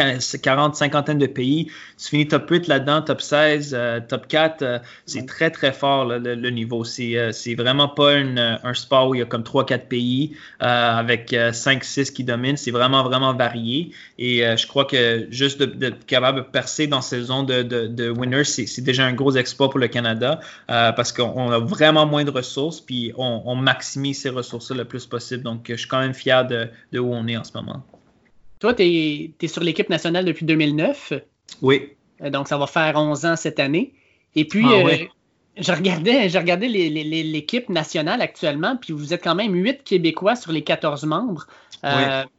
40-50 de pays. Tu finis top 8 là-dedans, top 16, top 4, c'est très, très fort là, le niveau. C'est vraiment pas un sport où il y a comme 3-4 pays avec 5-6 qui dominent. C'est vraiment, vraiment varié. Et je crois que juste d'être capable de percer dans ces zones de winners, c'est déjà un gros exploit pour le Canada parce qu'on a vraiment moins de ressources puis on maximise ces ressources-là le plus possible. Donc, je suis quand même fier de où on est en ce moment. Toi, tu es sur l'équipe nationale depuis 2009. Oui. Donc, ça va faire 11 ans cette année. Et puis, oui. je regardais l'équipe nationale actuellement, puis vous êtes quand même 8 Québécois sur les 14 membres, Oui.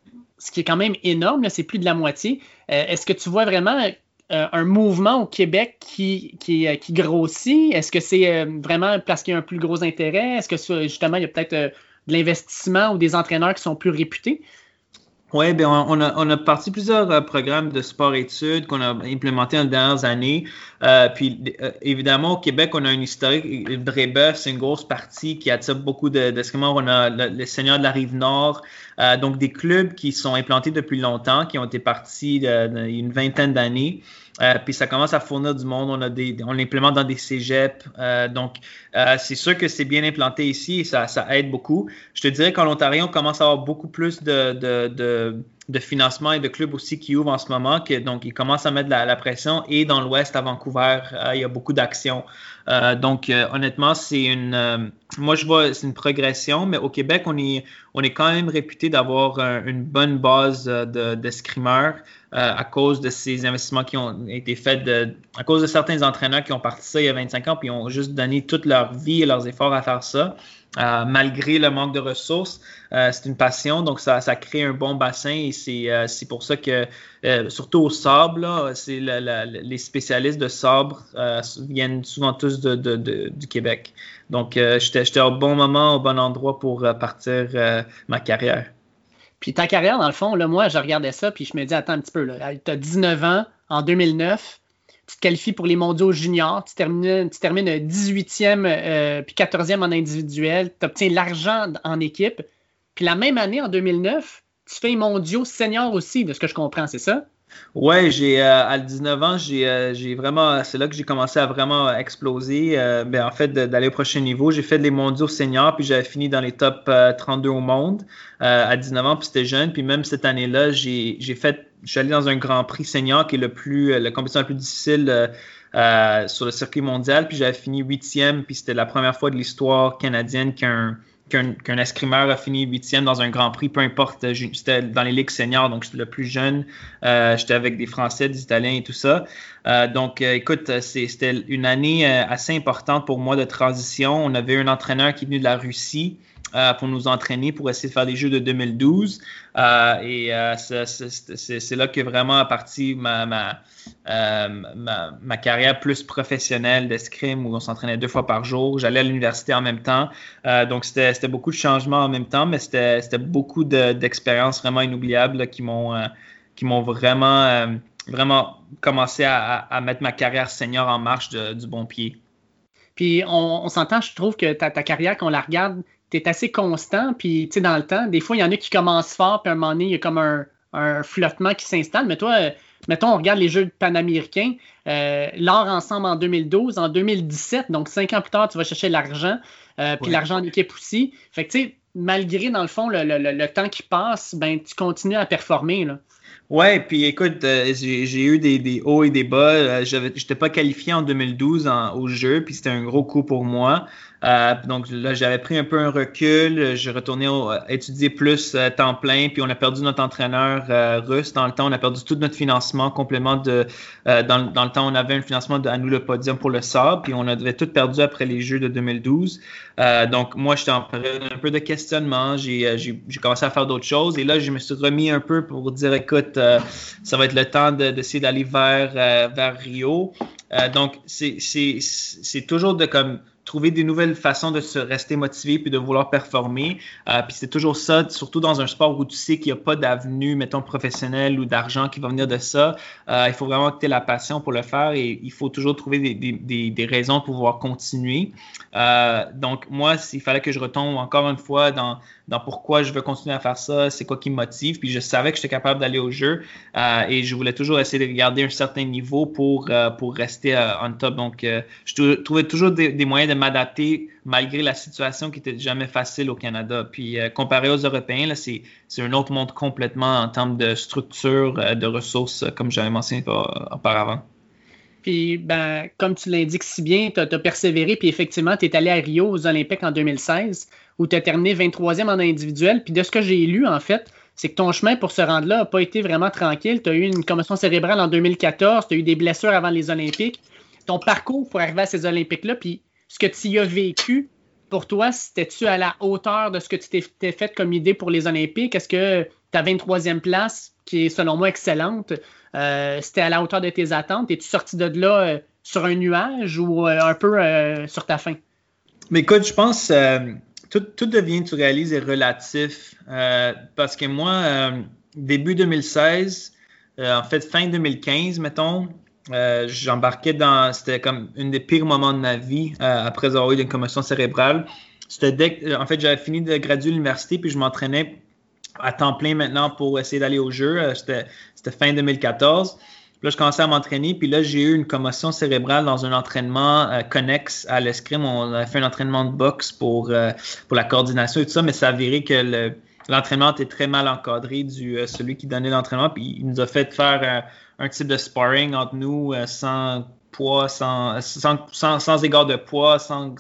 Ce qui est quand même énorme, là, c'est plus de la moitié. Est-ce que tu vois vraiment un mouvement au Québec qui grossit? Est-ce que c'est vraiment parce qu'il y a un plus gros intérêt? Est-ce que justement, il y a peut-être de l'investissement ou des entraîneurs qui sont plus réputés? Oui, bien, on a parti plusieurs programmes de sport-études qu'on a implémentés dans les dernières années. Puis, évidemment, au Québec, on a une historique. Brébeuf, c'est une grosse partie qui attire beaucoup d'escrimeurs. On a les Seigneurs de la Rive-Nord. Donc, des clubs qui sont implantés depuis longtemps, qui ont été partis il y a une vingtaine d'années. Puis ça commence à fournir du monde. On l'implémente dans des cégeps. Donc, c'est sûr que c'est bien implanté ici et ça aide beaucoup. Je te dirais qu'en Ontario, on commence à avoir beaucoup plus de financement et de clubs aussi qui ouvrent en ce moment. Donc, ils commencent à mettre la pression. Et dans l'Ouest, à Vancouver, il y a beaucoup d'actions. Donc, honnêtement, moi, je vois, c'est une progression, mais au Québec, on est quand même réputé d'avoir une bonne base d'escrimeurs à cause de ces investissements qui ont été faits, à cause de certains entraîneurs qui ont parti ça il y a 25 ans, puis ont juste donné toute leur vie et leurs efforts à faire ça. Malgré le manque de ressources, c'est une passion, donc ça crée un bon bassin et c'est pour ça que, surtout au sabre, là, les spécialistes de sabre viennent souvent tous du Québec. Donc, j'étais au bon moment, au bon endroit pour partir ma carrière. Puis ta carrière, dans le fond, là, moi, je regardais ça, puis je me dis, attends un petit peu, tu as 19 ans en 2009, tu te qualifies pour les mondiaux juniors, tu termines 18e puis 14e en individuel, tu obtiens l'argent en équipe, puis la même année, en 2009, tu fais les mondiaux seniors aussi, de ce que je comprends, c'est ça? Ouais, à 19 ans, j'ai vraiment, c'est là que j'ai commencé à vraiment exploser. En fait, d'aller au prochain niveau. J'ai fait les mondiaux seniors, puis j'avais fini dans les top 32 au monde à 19 ans, puis c'était jeune. Puis même cette année-là, je suis allé dans un Grand Prix senior qui est la compétition la plus difficile sur le circuit mondial. Puis j'avais fini 8e, puis c'était la première fois de l'histoire canadienne qu'un escrimeur a fini 8e dans un Grand Prix, peu importe, c'était dans les ligues seniors, donc j'étais le plus jeune, j'étais avec des Français, des Italiens et tout ça. Donc, écoute, c'était une année assez importante pour moi de transition. On avait un entraîneur qui est venu de la Russie pour nous entraîner, pour essayer de faire des Jeux de 2012. C'est là que vraiment a parti ma carrière plus professionnelle d'escrime où on s'entraînait 2 fois par jour. J'allais à l'université en même temps. Donc, c'était beaucoup de changements en même temps, mais c'était beaucoup d'expériences vraiment inoubliables là, qui m'ont vraiment commencé à mettre ma carrière senior en marche du bon pied. Puis, on s'entend, je trouve que ta carrière, qu'on la regarde, tu es assez constant, puis tu sais, dans le temps, des fois, il y en a qui commencent fort, puis à un moment donné, il y a comme un flottement qui s'installe, mais toi, mettons, on regarde les Jeux panaméricains, l'or ensemble en 2012, en 2017, donc 5 ans plus tard, tu vas chercher l'argent, puis l'argent en équipe aussi. Fait que, tu sais, malgré, dans le fond, le temps qui passe, ben, tu continues à performer, là. Ouais, puis écoute, j'ai eu des hauts et des bas. J'étais pas qualifié en 2012 au jeu, puis c'était un gros coup pour moi. Donc là, j'avais pris un peu un recul. Je retournais étudier plus temps plein, puis on a perdu notre entraîneur russe. Dans le temps, on a perdu tout notre financement complément dans le temps, on avait un financement à nous le podium pour le sabre, puis on avait tout perdu après les Jeux de 2012. Donc moi, j'étais en période un peu de questionnement. J'ai commencé à faire d'autres choses, et là, je me suis remis un peu pour dire, écoute, ça va être le temps d'essayer d'aller vers Rio. Donc c'est toujours de comme trouver des nouvelles façons de se rester motivé puis de vouloir performer. Puis c'est toujours ça, surtout dans un sport où tu sais qu'il n'y a pas d'avenue, mettons, professionnelle ou d'argent qui va venir de ça. Il faut vraiment que tu aies la passion pour le faire, et il faut toujours trouver des raisons pour pouvoir continuer. Donc moi, s'il fallait que je retombe encore une fois dans pourquoi je veux continuer à faire ça, c'est quoi qui me motive. Puis je savais que j'étais capable d'aller au jeu, et je voulais toujours essayer de garder un certain niveau pour rester on top. Donc je trouvais toujours des moyens de m'adapter malgré la situation qui était jamais facile au Canada. Puis comparé aux Européens, là, c'est un autre monde complètement en termes de structure, de ressources, comme j'avais mentionné auparavant. Puis, ben, comme tu l'indiques si bien, tu as persévéré, puis effectivement, tu es allé à Rio aux Olympiques en 2016, où tu as terminé 23e en individuel. Puis de ce que j'ai lu, en fait, c'est que ton chemin pour se rendre là n'a pas été vraiment tranquille. Tu as eu une commotion cérébrale en 2014, tu as eu des blessures avant les Olympiques. Ton parcours pour arriver à ces Olympiques-là, puis ce que tu y as vécu, pour toi, c'était-tu à la hauteur de ce que tu t'es fait comme idée pour les Olympiques? Est-ce que ta 23e place, qui est selon moi excellente, c'était à la hauteur de tes attentes? Es-tu sorti de là sur un nuage ou un peu sur ta fin? Mais écoute, je pense tout devient, tu réalises, est relatif. Parce que moi, début 2016, en fait, fin 2015, mettons, j'embarquais c'était comme un des pires moments de ma vie après avoir eu une commotion cérébrale. En fait, j'avais fini de graduer l'université, puis je m'entraînais à temps plein maintenant pour essayer d'aller au jeu. C'était fin 2014. Puis là, je commençais à m'entraîner, puis là, j'ai eu une commotion cérébrale dans un entraînement connexe à l'escrime. On a fait un entraînement de boxe pour la coordination et tout ça, mais ça a avéré que l'entraînement était très mal encadré celui qui donnait l'entraînement, puis il nous a fait faire un type de sparring entre nous sans poids, sans égard de poids, sans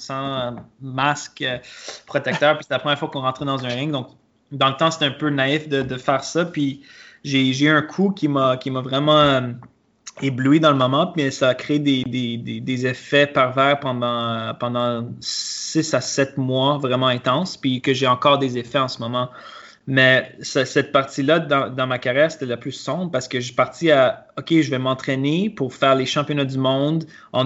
masque protecteur. Puis c'était la première fois qu'on rentrait dans un ring. Donc, dans le temps, c'était un peu naïf de faire ça. Puis j'ai eu un coup qui m'a vraiment ébloui dans le moment. Puis ça a créé des effets pervers pendant 6 à 7 mois vraiment intenses. Puis que j'ai encore des effets en ce moment. Mais cette partie-là, dans ma carrière, c'était la plus sombre parce que je suis parti à « OK, je vais m'entraîner pour faire les championnats du monde en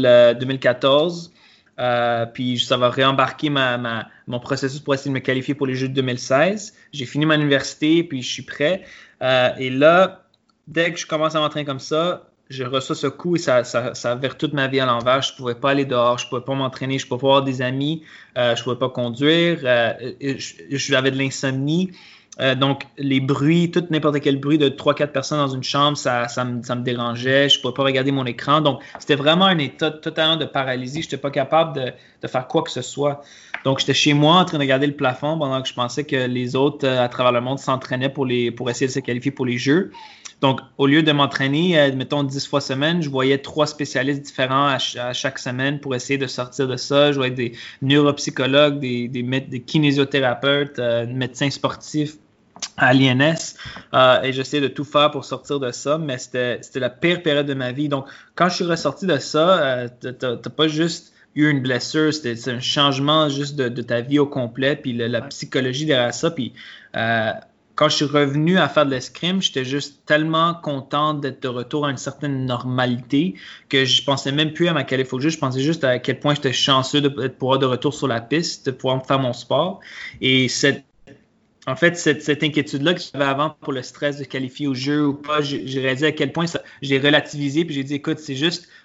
2014. Puis ça va réembarquer mon processus pour essayer de me qualifier pour les Jeux de 2016. J'ai fini mon université, puis je suis prêt. Et là, dès que je commence à m'entraîner comme ça, je reçois ce coup et ça vire toute ma vie à l'envers. Je ne pouvais pas aller dehors, je ne pouvais pas m'entraîner, je ne pouvais pas avoir des amis, je ne pouvais pas conduire, j'avais de l'insomnie. Donc, les bruits, n'importe quel bruit de 3-4 personnes dans une chambre, ça me dérangeait. Je ne pouvais pas regarder mon écran. Donc, c'était vraiment un état totalement de paralysie. Je n'étais pas capable de faire quoi que ce soit. Donc, j'étais chez moi en train de regarder le plafond pendant que je pensais que les autres à travers le monde s'entraînaient pour essayer de se qualifier pour les Jeux. Donc, au lieu de m'entraîner, mettons 10 fois semaine, je voyais 3 spécialistes différents à chaque semaine pour essayer de sortir de ça. Je voyais des neuropsychologues, des kinésithérapeutes, médecins sportifs à l'INS et j'essayais de tout faire pour sortir de ça, mais c'était la pire période de ma vie. Donc, quand je suis ressorti de ça, t'as pas juste eu une blessure, c'est un changement juste de ta vie au complet, puis la psychologie derrière ça, puis quand je suis revenu à faire de l'escrime, j'étais juste tellement content d'être de retour à une certaine normalité que je pensais même plus à ma qualif au jeu. Je pensais juste à quel point j'étais chanceux de pouvoir de retour sur la piste, de pouvoir faire mon sport. Et cette inquiétude-là que j'avais avant pour le stress de qualifier au jeu ou pas, j'ai réalisé à quel point j'ai relativisé puis j'ai dit, écoute, c'est juste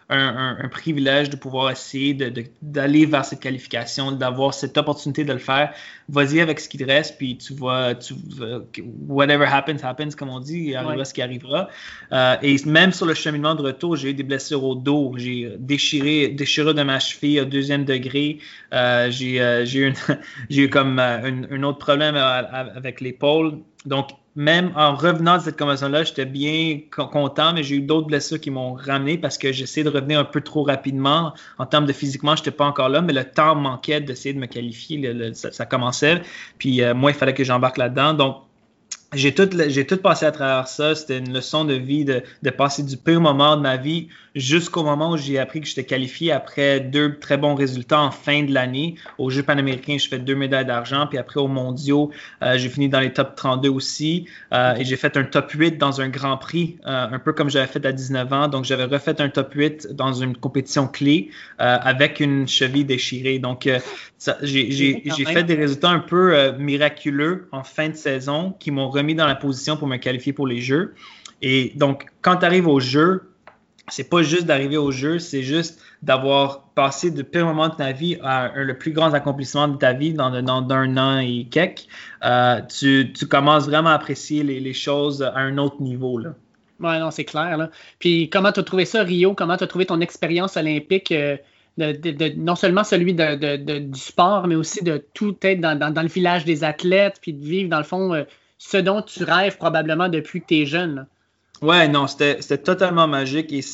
un privilège de pouvoir essayer d'aller vers cette qualification, d'avoir cette opportunité de le faire. Vas-y avec ce qui te reste, puis tu vois, whatever happens, happens, comme on dit, il arrivera ce qui arrivera. Et même sur le cheminement de retour, j'ai eu des blessures au dos, j'ai déchirure de ma cheville au 2e degré, j'ai eu comme un autre problème avec l'épaule. Donc, même en revenant de cette convention-là, j'étais bien content, mais j'ai eu d'autres blessures qui m'ont ramené parce que j'essayais de revenir un peu trop rapidement. En termes de physiquement, je n'étais pas encore là, mais le temps manquait d'essayer de me qualifier. Ça commençait. Puis moi, il fallait que j'embarque là-dedans. Donc, j'ai tout passé à travers ça. C'était une leçon de vie de passer du pire moment de ma vie jusqu'au moment où j'ai appris que j'étais qualifié après 2 très bons résultats en fin de l'année. Aux Jeux panaméricains, je fais 2 médailles d'argent. Puis après, aux mondiaux, j'ai fini dans les top 32 aussi. Et j'ai fait un top 8 dans un Grand Prix, un peu comme j'avais fait à 19 ans. Donc, j'avais refait un top 8 dans une compétition clé avec une cheville déchirée. Donc, j'ai fait des résultats un peu miraculeux en fin de saison qui m'ont remis dans la position pour me qualifier pour les Jeux. Et donc, quand tu arrives aux Jeux, c'est pas juste d'arriver aux Jeux, c'est juste d'avoir passé de pires moments de ta vie à le plus grand accomplissement de ta vie dans d'un an et quelques. Tu commences vraiment à apprécier les choses à un autre niveau, là. Ouais, non, c'est clair, là. Puis comment tu as trouvé ça, Rio? Comment tu as trouvé ton expérience olympique? Non seulement celui du sport, mais aussi de tout être dans le village des athlètes, puis de vivre, dans le fond, ce dont tu rêves probablement depuis que tu es jeune, là. Ouais, non, c'était totalement magique et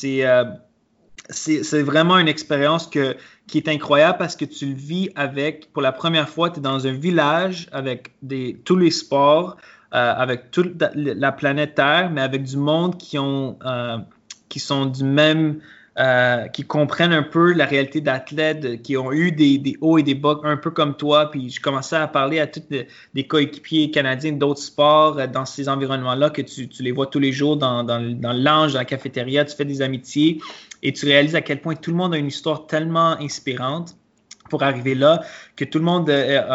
c'est vraiment une expérience qui est incroyable parce que tu le vis pour la première fois, tu es dans un village avec tous les sports, avec toute la planète Terre, mais avec du monde qui sont du même... qui comprennent un peu la réalité d'athlètes, qui ont eu des hauts et des bas un peu comme toi. Puis je commençais à parler à tous des coéquipiers canadiens d'autres sports dans ces environnements-là que tu les vois tous les jours dans le lounge, dans la cafétéria, tu fais des amitiés et tu réalises à quel point tout le monde a une histoire tellement inspirante pour arriver là, que tout le monde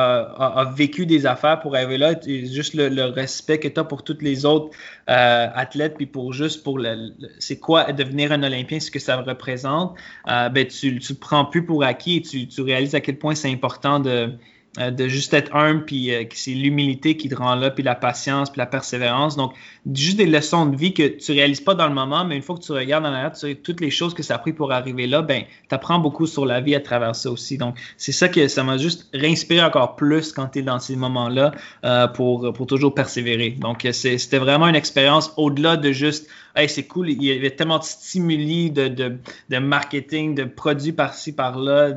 a vécu des affaires pour arriver là, et juste le respect que tu as pour tous les autres athlètes, puis c'est quoi devenir un Olympien, ce que ça représente, tu le prends plus pour acquis et tu réalises à quel point c'est important de juste être humble, puis que c'est l'humilité qui te rend là, puis la patience, puis la persévérance. Donc, juste des leçons de vie que tu réalises pas dans le moment, mais une fois que tu regardes en arrière, tu sais toutes les choses que ça a pris pour arriver là, tu apprends beaucoup sur la vie à travers ça aussi. Donc, c'est ça que ça m'a juste réinspiré encore plus quand tu es dans ces moments-là pour toujours persévérer. Donc, c'était vraiment une expérience au-delà de juste « Hey, c'est cool, il y avait tellement de stimuli de marketing, de produits par-ci, par-là,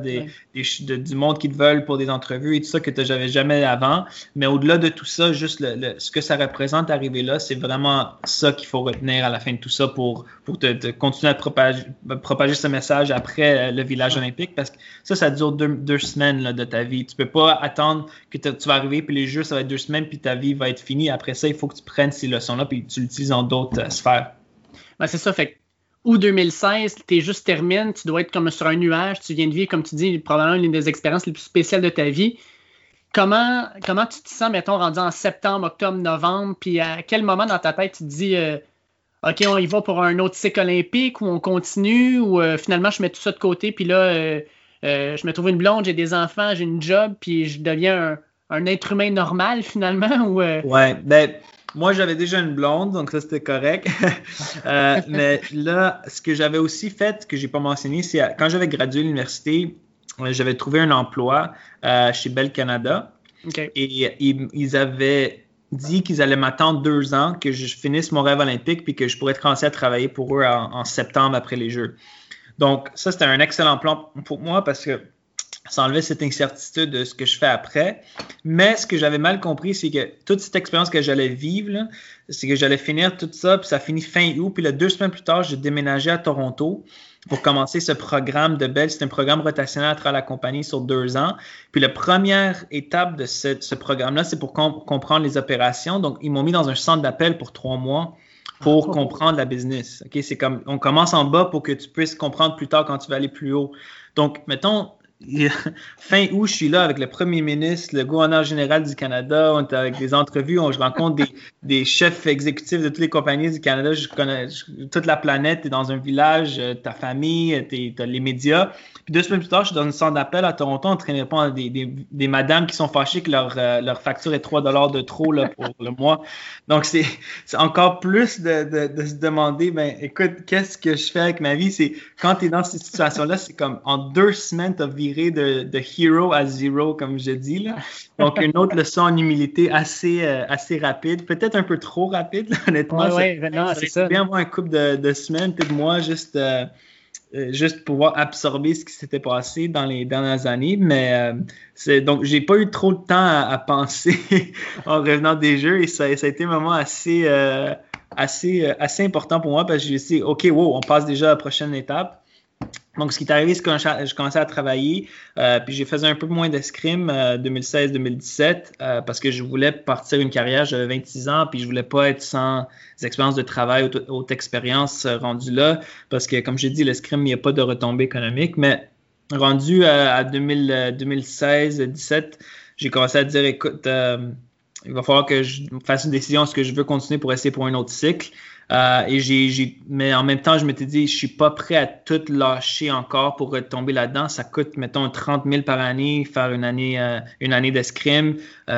du monde qui te veulent pour des entrevues et tout ça que tu n'avais jamais avant. » Mais au-delà de tout ça, juste ce que ça représente arriver là, c'est vraiment ça qu'il faut retenir à la fin de tout ça pour te continuer à propager ce message après le village olympique, parce que ça dure 2 semaines là, de ta vie. Tu peux pas attendre que tu vas arriver, puis les Jeux, ça va être 2 semaines, puis ta vie va être finie. Après ça, il faut que tu prennes ces leçons-là, puis tu l'utilises dans d'autres sphères. Ben, c'est ça, fait août 2016, t'es juste terminé, tu dois être comme sur un nuage, tu viens de vivre, comme tu dis, probablement l'une des expériences les plus spéciales de ta vie. Comment tu te sens, mettons, rendu en septembre, octobre, novembre, puis à quel moment dans ta tête tu te dis OK, on y va pour un autre cycle olympique, ou on continue, ou finalement je mets tout ça de côté, puis là, je me trouve une blonde, j'ai des enfants, j'ai une job, puis je deviens un être humain normal finalement, ou Ouais, moi, j'avais déjà une blonde, donc ça, c'était correct. Mais là, ce que j'avais aussi fait, que j'ai pas mentionné, c'est quand j'avais gradué de l'université, j'avais trouvé un emploi chez Bell Canada. Okay. Et ils avaient dit qu'ils allaient m'attendre 2 ans, que je finisse mon rêve olympique, puis que je pourrais commencer à travailler pour eux en septembre après les Jeux. Donc, ça, c'était un excellent plan pour moi parce que ça enlevait cette incertitude de ce que je fais après. Mais ce que j'avais mal compris, c'est que toute cette expérience que j'allais vivre, là, c'est que j'allais finir tout ça, puis ça finit fin août. Puis là, 2 semaines plus tard, j'ai déménagé à Toronto pour commencer ce programme de Bell. C'est un programme rotationnel à travers la compagnie sur 2 ans. Puis la première étape de ce programme-là, c'est pour comprendre les opérations. Donc, ils m'ont mis dans un centre d'appel pour 3 mois pour comprendre la business. Okay? C'est comme, on commence en bas pour que tu puisses comprendre plus tard quand tu vas aller plus haut. Donc, mettons, fin août, je suis là avec le premier ministre, le gouverneur général du Canada. On est avec des entrevues, je rencontre des chefs exécutifs de toutes les compagnies du Canada. Je connais toute la planète. Tu es dans un village, ta famille, tu as les médias. Puis 2 semaines plus tard, je suis dans une centre d'appel à Toronto en train de répondre à des madames qui sont fâchées que leur facture est 3$ de trop là, pour le mois. Donc, c'est encore plus de se demander, ben écoute, qu'est-ce que je fais avec ma vie? C'est quand tu es dans cette situation-là, c'est comme en 2 semaines, tu as viré de hero à zero, comme je dis. Là. Donc, une autre leçon en humilité assez rapide, peut-être un peu trop rapide, là, honnêtement. C'est ça. Bien avoir un couple de semaines, peut-être moi, juste pouvoir absorber ce qui s'était passé dans les dernières années. Mais donc, j'ai pas eu trop de temps à penser en revenant des jeux et ça a été un moment assez important pour moi parce que j'ai dit, OK, wow, on passe déjà à la prochaine étape. Donc, ce qui est arrivé, c'est que je commençais à travailler, puis j'ai fait un peu moins d'escrime 2016-2017 parce que je voulais partir une carrière, j'avais 26 ans, puis je voulais pas être sans expérience de travail, haute expérience rendue là, parce que, comme j'ai dit, l'escrime, il n'y a pas de retombées économiques, mais rendu à 2016-2017, j'ai commencé à dire, écoute, il va falloir que je fasse une décision, est-ce que je veux continuer pour essayer pour un autre cycle? Mais en même temps, je m'étais dit, je suis pas prêt à tout lâcher encore pour retomber là-dedans. Ça coûte, mettons, 30 000 par année, faire une année d'escrime.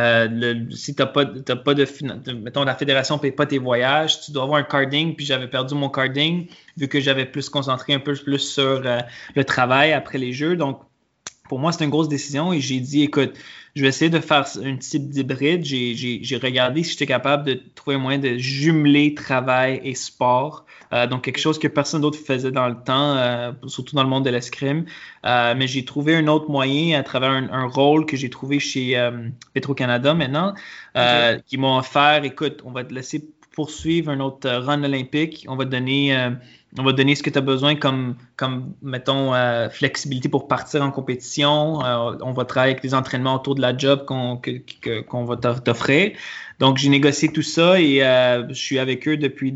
Si t'as pas mettons, la fédération ne paye pas tes voyages, tu dois avoir un carding, puis j'avais perdu mon carding, vu que j'avais plus concentré un peu plus sur le travail après les jeux. Donc, pour moi, c'est une grosse décision et j'ai dit, écoute, je vais essayer de faire un type d'hybride. J'ai regardé si j'étais capable de trouver un moyen de jumeler travail et sport. Donc, quelque chose que personne d'autre faisait dans le temps, surtout dans le monde de l'escrime. Mais j'ai trouvé un autre moyen à travers un rôle que j'ai trouvé chez Petro-Canada maintenant, qui m'ont offert, écoute, on va te laisser poursuivre un autre run olympique. On va te donner ce que tu as besoin comme mettons, flexibilité pour partir en compétition. On va travailler avec les entraînements autour de la job qu'on va t'offrir. Donc, j'ai négocié tout ça et je suis avec eux depuis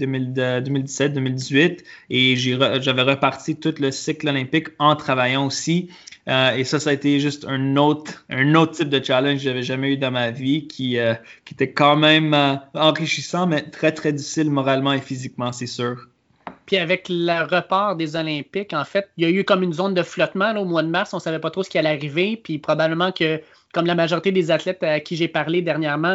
2017-2018 et j'avais reparti tout le cycle olympique en travaillant aussi. Et ça a été juste un autre type de challenge que j'avais jamais eu dans ma vie qui était quand même enrichissant, mais très, très difficile moralement et physiquement, c'est sûr. Puis avec le report des Olympiques, en fait, il y a eu comme une zone de flottement là, au mois de mars. On ne savait pas trop ce qui allait arriver. Puis probablement que, comme la majorité des athlètes à qui j'ai parlé dernièrement,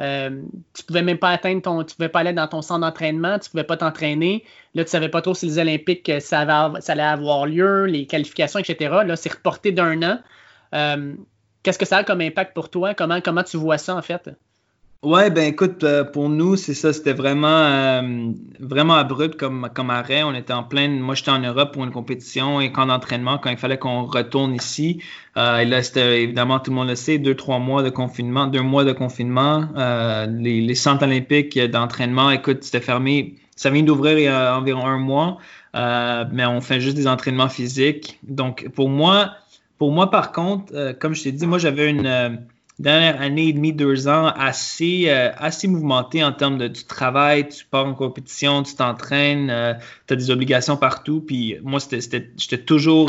tu pouvais même pas tu pouvais pas aller dans ton centre d'entraînement, tu pouvais pas t'entraîner. Là, tu savais pas trop si les Olympiques, ça allait avoir lieu, les qualifications, etc. Là, c'est reporté d'1 an. Qu'est-ce que ça a comme impact pour toi? Comment tu vois ça, en fait? Ouais, ben écoute, pour nous, c'est ça, c'était vraiment abrupt comme arrêt. On était moi j'étais en Europe pour une compétition et camp d'entraînement quand il fallait qu'on retourne ici. Et là, c'était évidemment, tout le monde le sait, 2-3 mois de confinement, 2 mois de confinement. Les centres olympiques d'entraînement, écoute, c'était fermé. Ça vient d'ouvrir il y a environ 1 mois, mais on fait juste des entraînements physiques. Donc, pour moi, par contre, comme je t'ai dit, moi, j'avais une dernière année et demie, 2 ans, assez mouvementé en termes du travail. Tu pars en compétition, tu t'entraînes, tu as des obligations partout. Puis moi, j'étais toujours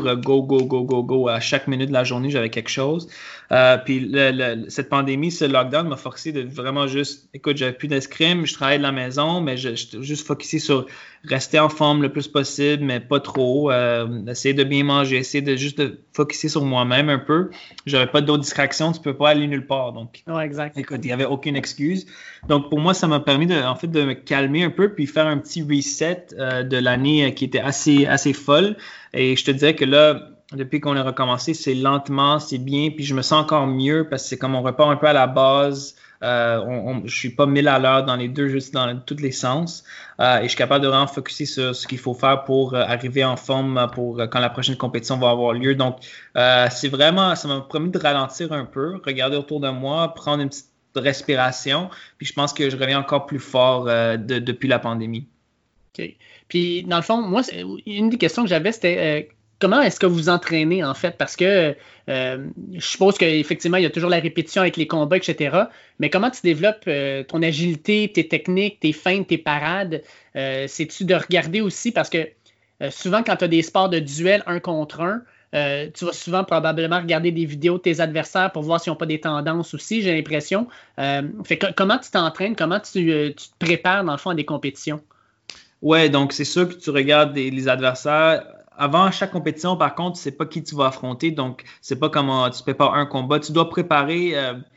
go. À chaque minute de la journée, j'avais quelque chose. Puis cette pandémie, ce lockdown m'a forcé de vraiment juste, écoute, j'avais plus d'escrime, je travaillais de la maison, mais j'étais juste focusé sur rester en forme le plus possible, mais pas trop. Essayer de bien manger, essayer de focusser sur moi-même un peu. J'avais pas d'autres distractions, tu peux pas aller nulle part. Donc, ouais, exact. Écoute, il n'y avait aucune excuse. Donc, pour moi, ça m'a permis de me calmer un peu puis faire un petit reset de l'année qui était assez folle. Et je te dirais que là, depuis qu'on a recommencé, c'est lentement, c'est bien, puis je me sens encore mieux parce que c'est comme on repart un peu à la base. Je suis pas 1000 à l'heure dans les deux, juste dans tous les sens. Et je suis capable de vraiment focusser sur ce qu'il faut faire pour arriver en forme pour quand la prochaine compétition va avoir lieu. Donc, c'est vraiment, ça m'a permis de ralentir un peu, regarder autour de moi, prendre une petite respiration. Puis je pense que je reviens encore plus fort depuis la pandémie. OK. Puis, dans le fond, moi, une des questions que j'avais, c'était comment est-ce que vous entraînez, en fait? Parce que je suppose qu'effectivement, il y a toujours la répétition avec les combats, etc. Mais comment tu développes ton agilité, tes techniques, tes feintes, tes parades? C'est-tu de regarder aussi? Parce que souvent, quand tu as des sports de duel 1 contre 1, tu vas souvent probablement regarder des vidéos de tes adversaires pour voir s'ils n'ont pas des tendances aussi, j'ai l'impression. Comment tu t'entraînes, comment tu te prépares dans le fond à des compétitions? Ouais, donc c'est sûr que tu regardes les adversaires. Avant chaque compétition, par contre, tu ne sais pas qui tu vas affronter, donc c'est pas comment tu prépares un combat. Tu dois préparer.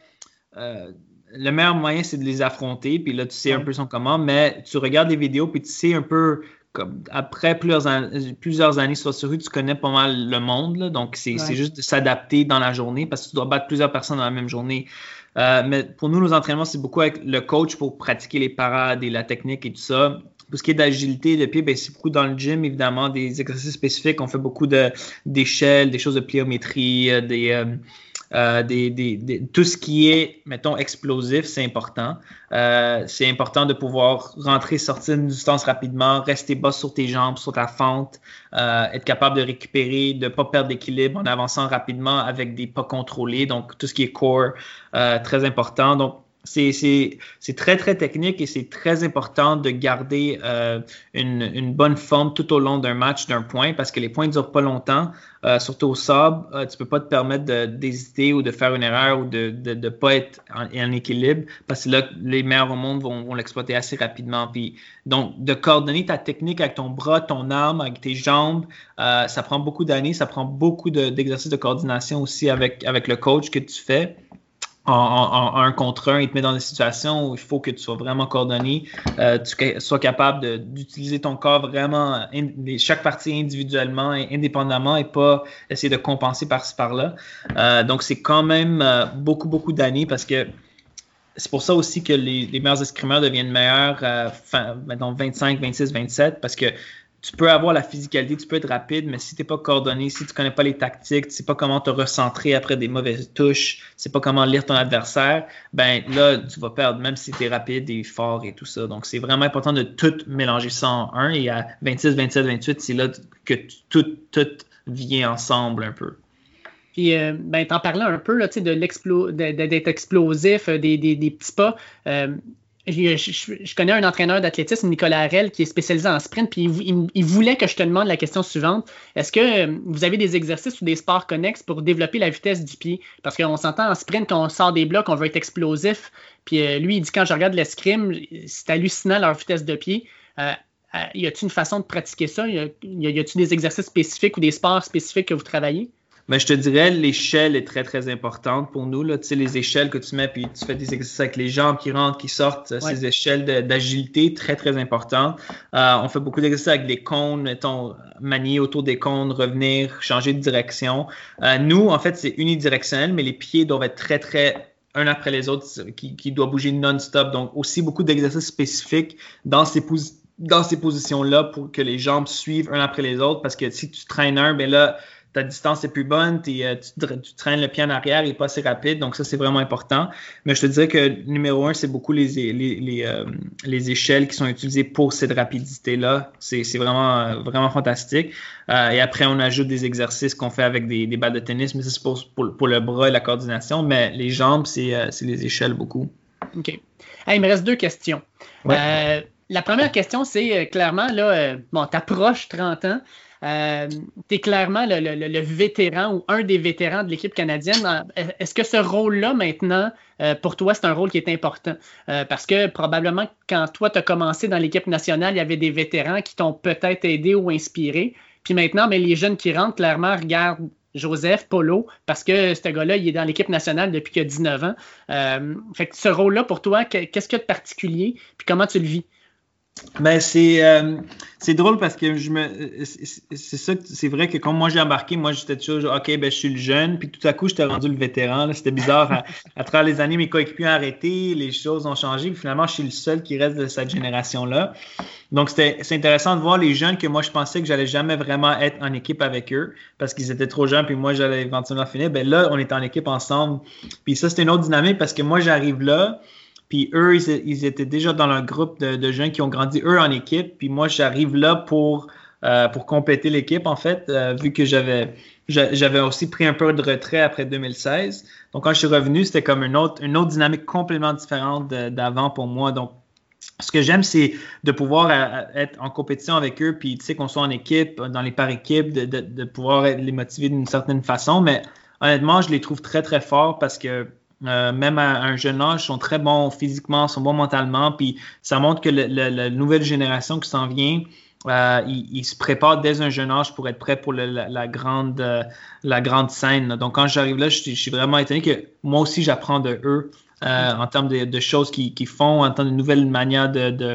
Le meilleur moyen, c'est de les affronter, puis là, tu sais un peu son comment, mais tu regardes les vidéos, puis tu sais un peu, comme après plusieurs années sur rue, tu connais pas mal le monde, là, donc c'est juste de s'adapter dans la journée, parce que tu dois battre plusieurs personnes dans la même journée. Mais pour nous, nos entraînements, c'est beaucoup avec le coach pour pratiquer les parades et la technique et tout ça. Pour ce qui est d'agilité de pied, ben, c'est beaucoup dans le gym, évidemment, des exercices spécifiques. On fait beaucoup d'échelles, des choses de pliométrie, tout ce qui est, mettons, explosif, c'est important. C'est important de pouvoir rentrer, sortir une distance rapidement, rester bas sur tes jambes, sur ta fente, être capable de récupérer, de ne pas perdre d'équilibre en avançant rapidement avec des pas contrôlés. Donc, tout ce qui est core, très important. Donc, c'est très, très technique et c'est très important de garder une bonne forme tout au long d'un match, d'un point, parce que les points ne durent pas longtemps, surtout au sable. Tu peux pas te permettre d'hésiter ou de faire une erreur ou de ne pas être en équilibre, parce que là, les meilleurs au monde vont l'exploiter assez rapidement. Puis, donc, de coordonner ta technique avec ton bras, ton arme, avec tes jambes, ça prend beaucoup d'années, ça prend beaucoup d'exercices de coordination aussi avec le coach que tu fais. En un contre un, il te met dans des situations où il faut que tu sois vraiment coordonné, tu sois capable d'utiliser ton corps vraiment, chaque partie individuellement, indépendamment, et pas essayer de compenser par-ci par-là. Donc, c'est quand même beaucoup, beaucoup d'années parce que c'est pour ça aussi que les meilleurs escrimeurs deviennent meilleurs mettons 25, 26, 27, parce que tu peux avoir la physicalité, tu peux être rapide, mais si tu n'es pas coordonné, si tu ne connais pas les tactiques, tu ne sais pas comment te recentrer après des mauvaises touches, tu ne sais pas comment lire ton adversaire, ben là, tu vas perdre, même si tu es rapide et fort et tout ça. Donc, c'est vraiment important de tout mélanger ça en un. Et à 26, 27, 28, c'est là que tout vient ensemble un peu. Puis, t'en parlais un peu là, d'être explosif, des petits pas. Je connais un entraîneur d'athlétisme, Nicolas Harel, qui est spécialisé en sprint, puis il voulait que je te demande la question suivante. Est-ce que vous avez des exercices ou des sports connexes pour développer la vitesse du pied? Parce qu'on s'entend en sprint, quand on sort des blocs, on veut être explosif. Puis lui, il dit, quand je regarde l'escrime, c'est hallucinant leur vitesse de pied. Y a-t-il une façon de pratiquer ça? Y a-t-il des exercices spécifiques ou des sports spécifiques que vous travaillez? Mais je te dirais, l'échelle est très, très importante pour nous. Là. Tu sais, les échelles que tu mets, puis tu fais des exercices avec les jambes qui rentrent, qui sortent, ces échelles d'agilité, très, très importantes. On fait beaucoup d'exercices avec des cônes, mettons, manier autour des cônes, revenir, changer de direction. Nous, en fait, c'est unidirectionnel, mais les pieds doivent être très, très un après les autres, qui doivent bouger non-stop. Donc, aussi beaucoup d'exercices spécifiques dans ces positions-là pour que les jambes suivent un après les autres, parce que si tu traînes un, ben là, ta distance est plus bonne, tu traînes le pied en arrière, il n'est pas assez rapide, donc ça, c'est vraiment important. Mais je te dirais que numéro 1, c'est beaucoup les échelles qui sont utilisées pour cette rapidité-là. C'est vraiment, vraiment fantastique. Et après, on ajoute des exercices qu'on fait avec des balles de tennis, mais ça, c'est pour le bras et la coordination. Mais les jambes, c'est les échelles beaucoup. OK. Hey, il me reste 2 questions. Ouais. La première question, c'est clairement, là, t'approches 30 ans. Tu es clairement le vétéran ou un des vétérans de l'équipe canadienne. Est-ce que ce rôle-là, maintenant, pour toi, c'est un rôle qui est important? Parce que probablement, quand toi, tu as commencé dans l'équipe nationale, il y avait des vétérans qui t'ont peut-être aidé ou inspiré. Puis maintenant, les jeunes qui rentrent, clairement, regardent Joseph Polo, parce que ce gars-là, il est dans l'équipe nationale depuis qu'il a 19 ans. Fait que ce rôle-là, pour toi, qu'est-ce qu'il y a de particulier? Puis comment tu le vis? Ben c'est drôle parce que c'est vrai que quand moi j'ai embarqué, moi j'étais toujours OK, ben je suis le jeune, puis tout à coup j'étais rendu le vétéran, là, c'était bizarre à travers les années, mes coéquipiers ont arrêté, les choses ont changé, puis finalement je suis le seul qui reste de cette génération-là. Donc c'est intéressant de voir les jeunes que moi je pensais que j'allais jamais vraiment être en équipe avec eux parce qu'ils étaient trop jeunes, puis moi j'allais éventuellement finir. Ben là on est en équipe ensemble, puis ça c'était une autre dynamique parce que moi j'arrive là. Puis eux, ils étaient déjà dans un groupe de jeunes qui ont grandi, eux, en équipe. Puis moi, j'arrive là pour compléter l'équipe, en fait, vu que j'avais aussi pris un peu de retrait après 2016. Donc, quand je suis revenu, c'était comme une autre dynamique complètement différente d'avant pour moi. Donc, Ce que j'aime, c'est de pouvoir être en compétition avec eux, puis tu sais qu'on soit en équipe, dans les par équipes, de pouvoir les motiver d'une certaine façon. Mais honnêtement, je les trouve très, très forts parce que même à un jeune âge, ils sont très bons physiquement, ils sont bons mentalement, puis ça montre que la nouvelle génération qui s'en vient, ils se préparent dès un jeune âge pour être prêts pour la grande scène. Donc, quand j'arrive là, je suis vraiment étonné que moi aussi, j'apprends de eux. En termes de choses qu'ils font, en termes de nouvelles manières de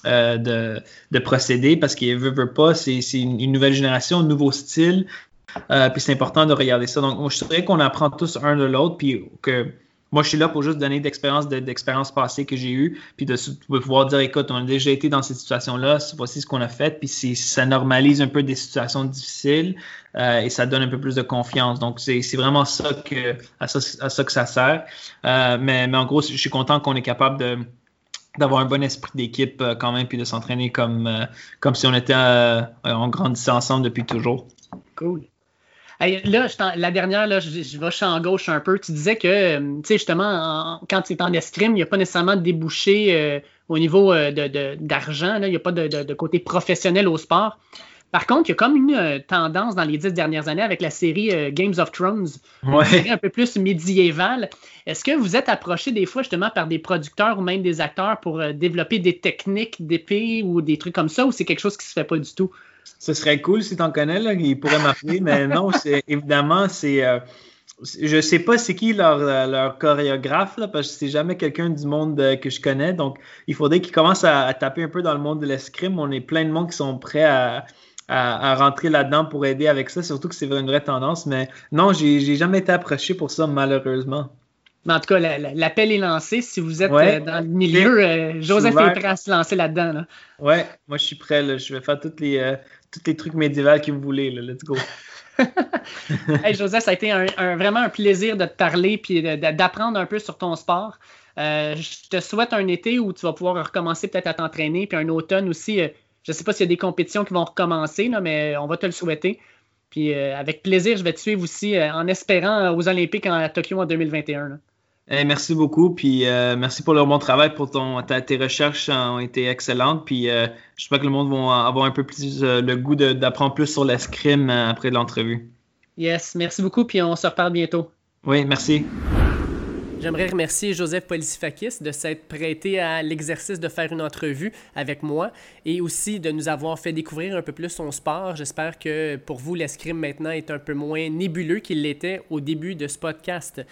procéder, parce qu'ils veulent pas, c'est une nouvelle génération, un nouveau style, puis c'est important de regarder ça. Donc, moi, je dirais qu'on apprend tous un de l'autre, puis que moi, je suis là pour juste donner d'expériences passées que j'ai eues, puis de pouvoir dire, écoute, on a déjà été dans cette situation-là, voici ce qu'on a fait, puis ça normalise un peu des situations difficiles et ça donne un peu plus de confiance. Donc, c'est vraiment à ça que ça sert. Mais en gros, je suis content qu'on est capable d'avoir un bon esprit d'équipe quand même, puis de s'entraîner comme si on était on grandissait ensemble depuis toujours. Cool. Hey, là, la dernière, là, je vais champ gauche un peu. Tu disais que, tu sais, justement, quand tu es en escrime, il n'y a pas nécessairement de débouché au niveau d'argent. Là, il n'y a pas de côté professionnel au sport. Par contre, il y a comme une tendance dans les 10 dernières années avec la série Games of Thrones, une série un peu plus médiévale. Est-ce que vous êtes approché des fois justement par des producteurs ou même des acteurs pour développer des techniques d'épée ou des trucs comme ça, ou c'est quelque chose qui ne se fait pas du tout? Ce serait cool si tu en connais, là, ils pourraient m'appeler, mais non, évidemment, je sais pas c'est qui leur chorégraphe, là, parce que c'est jamais quelqu'un du monde que je connais, donc il faudrait qu'ils commencent à taper un peu dans le monde de l'escrime. On est plein de monde qui sont prêts à rentrer là-dedans pour aider avec ça, surtout que c'est une vraie tendance, mais non, j'ai jamais été approché pour ça, malheureusement. Mais en tout cas, l'appel est lancé. Si vous êtes dans le milieu, Joseph est prêt à se lancer là-dedans. Là. Ouais, moi je suis prêt. Là. Je vais faire tous les trucs médiévaux que vous voulez. Là. Let's go. Hey, Joseph, ça a été vraiment un plaisir de te parler et d'apprendre un peu sur ton sport. Je te souhaite un été où tu vas pouvoir recommencer peut-être à t'entraîner, puis un automne aussi. Je ne sais pas s'il y a des compétitions qui vont recommencer, là, mais on va te le souhaiter. Puis avec plaisir, je vais te suivre aussi en espérant aux Olympiques à Tokyo en 2021. Là. Hey, merci beaucoup, puis merci pour le bon travail, pour tes recherches ont été excellentes, puis j'espère que le monde va avoir un peu plus le goût d'apprendre plus sur l'escrime après l'entrevue. Yes, merci beaucoup, puis on se reparle bientôt. Oui, merci. J'aimerais remercier Joseph Polisifakis de s'être prêté à l'exercice de faire une entrevue avec moi et aussi de nous avoir fait découvrir un peu plus son sport. J'espère que pour vous, l'escrime maintenant est un peu moins nébuleux qu'il l'était au début de ce podcast.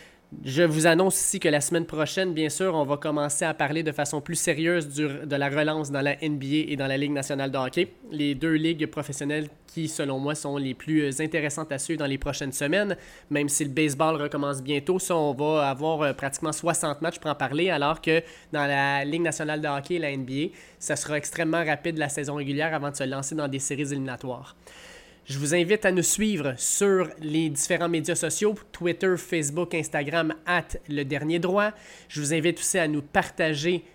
Je vous annonce ici que la semaine prochaine, bien sûr, on va commencer à parler de façon plus sérieuse de la relance dans la NBA et dans la Ligue nationale de hockey. Les deux ligues professionnelles qui, selon moi, sont les plus intéressantes à suivre dans les prochaines semaines. Même si le baseball recommence bientôt, ça, on va avoir pratiquement 60 matchs pour en parler, alors que dans la Ligue nationale de hockey et la NBA, ça sera extrêmement rapide la saison régulière avant de se lancer dans des séries éliminatoires. Je vous invite à nous suivre sur les différents médias sociaux, Twitter, Facebook, Instagram, @LeDernierDroit. Je vous invite aussi à nous partager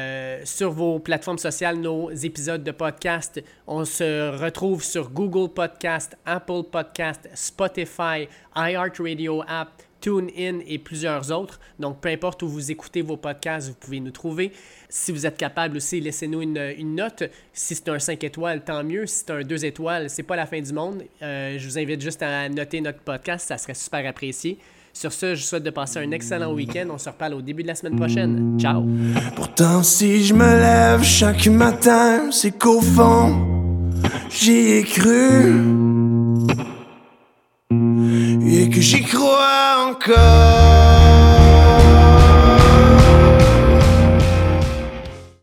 sur vos plateformes sociales nos épisodes de podcast. On se retrouve sur Google Podcast, Apple Podcast, Spotify, iHeartRadio App, TuneIn et plusieurs autres. Donc, peu importe où vous écoutez vos podcasts, vous pouvez nous trouver. Si vous êtes capable aussi, laissez-nous une note. Si c'est un 5 étoiles, tant mieux. Si c'est un 2 étoiles, c'est pas la fin du monde. Je vous invite juste à noter notre podcast. Ça serait super apprécié. Sur ce, je vous souhaite de passer un excellent week-end. On se reparle au début de la semaine prochaine. Ciao! Pourtant, si je me lève chaque matin, c'est qu'au fond, j'y ai cru. Et que j'y crois encore.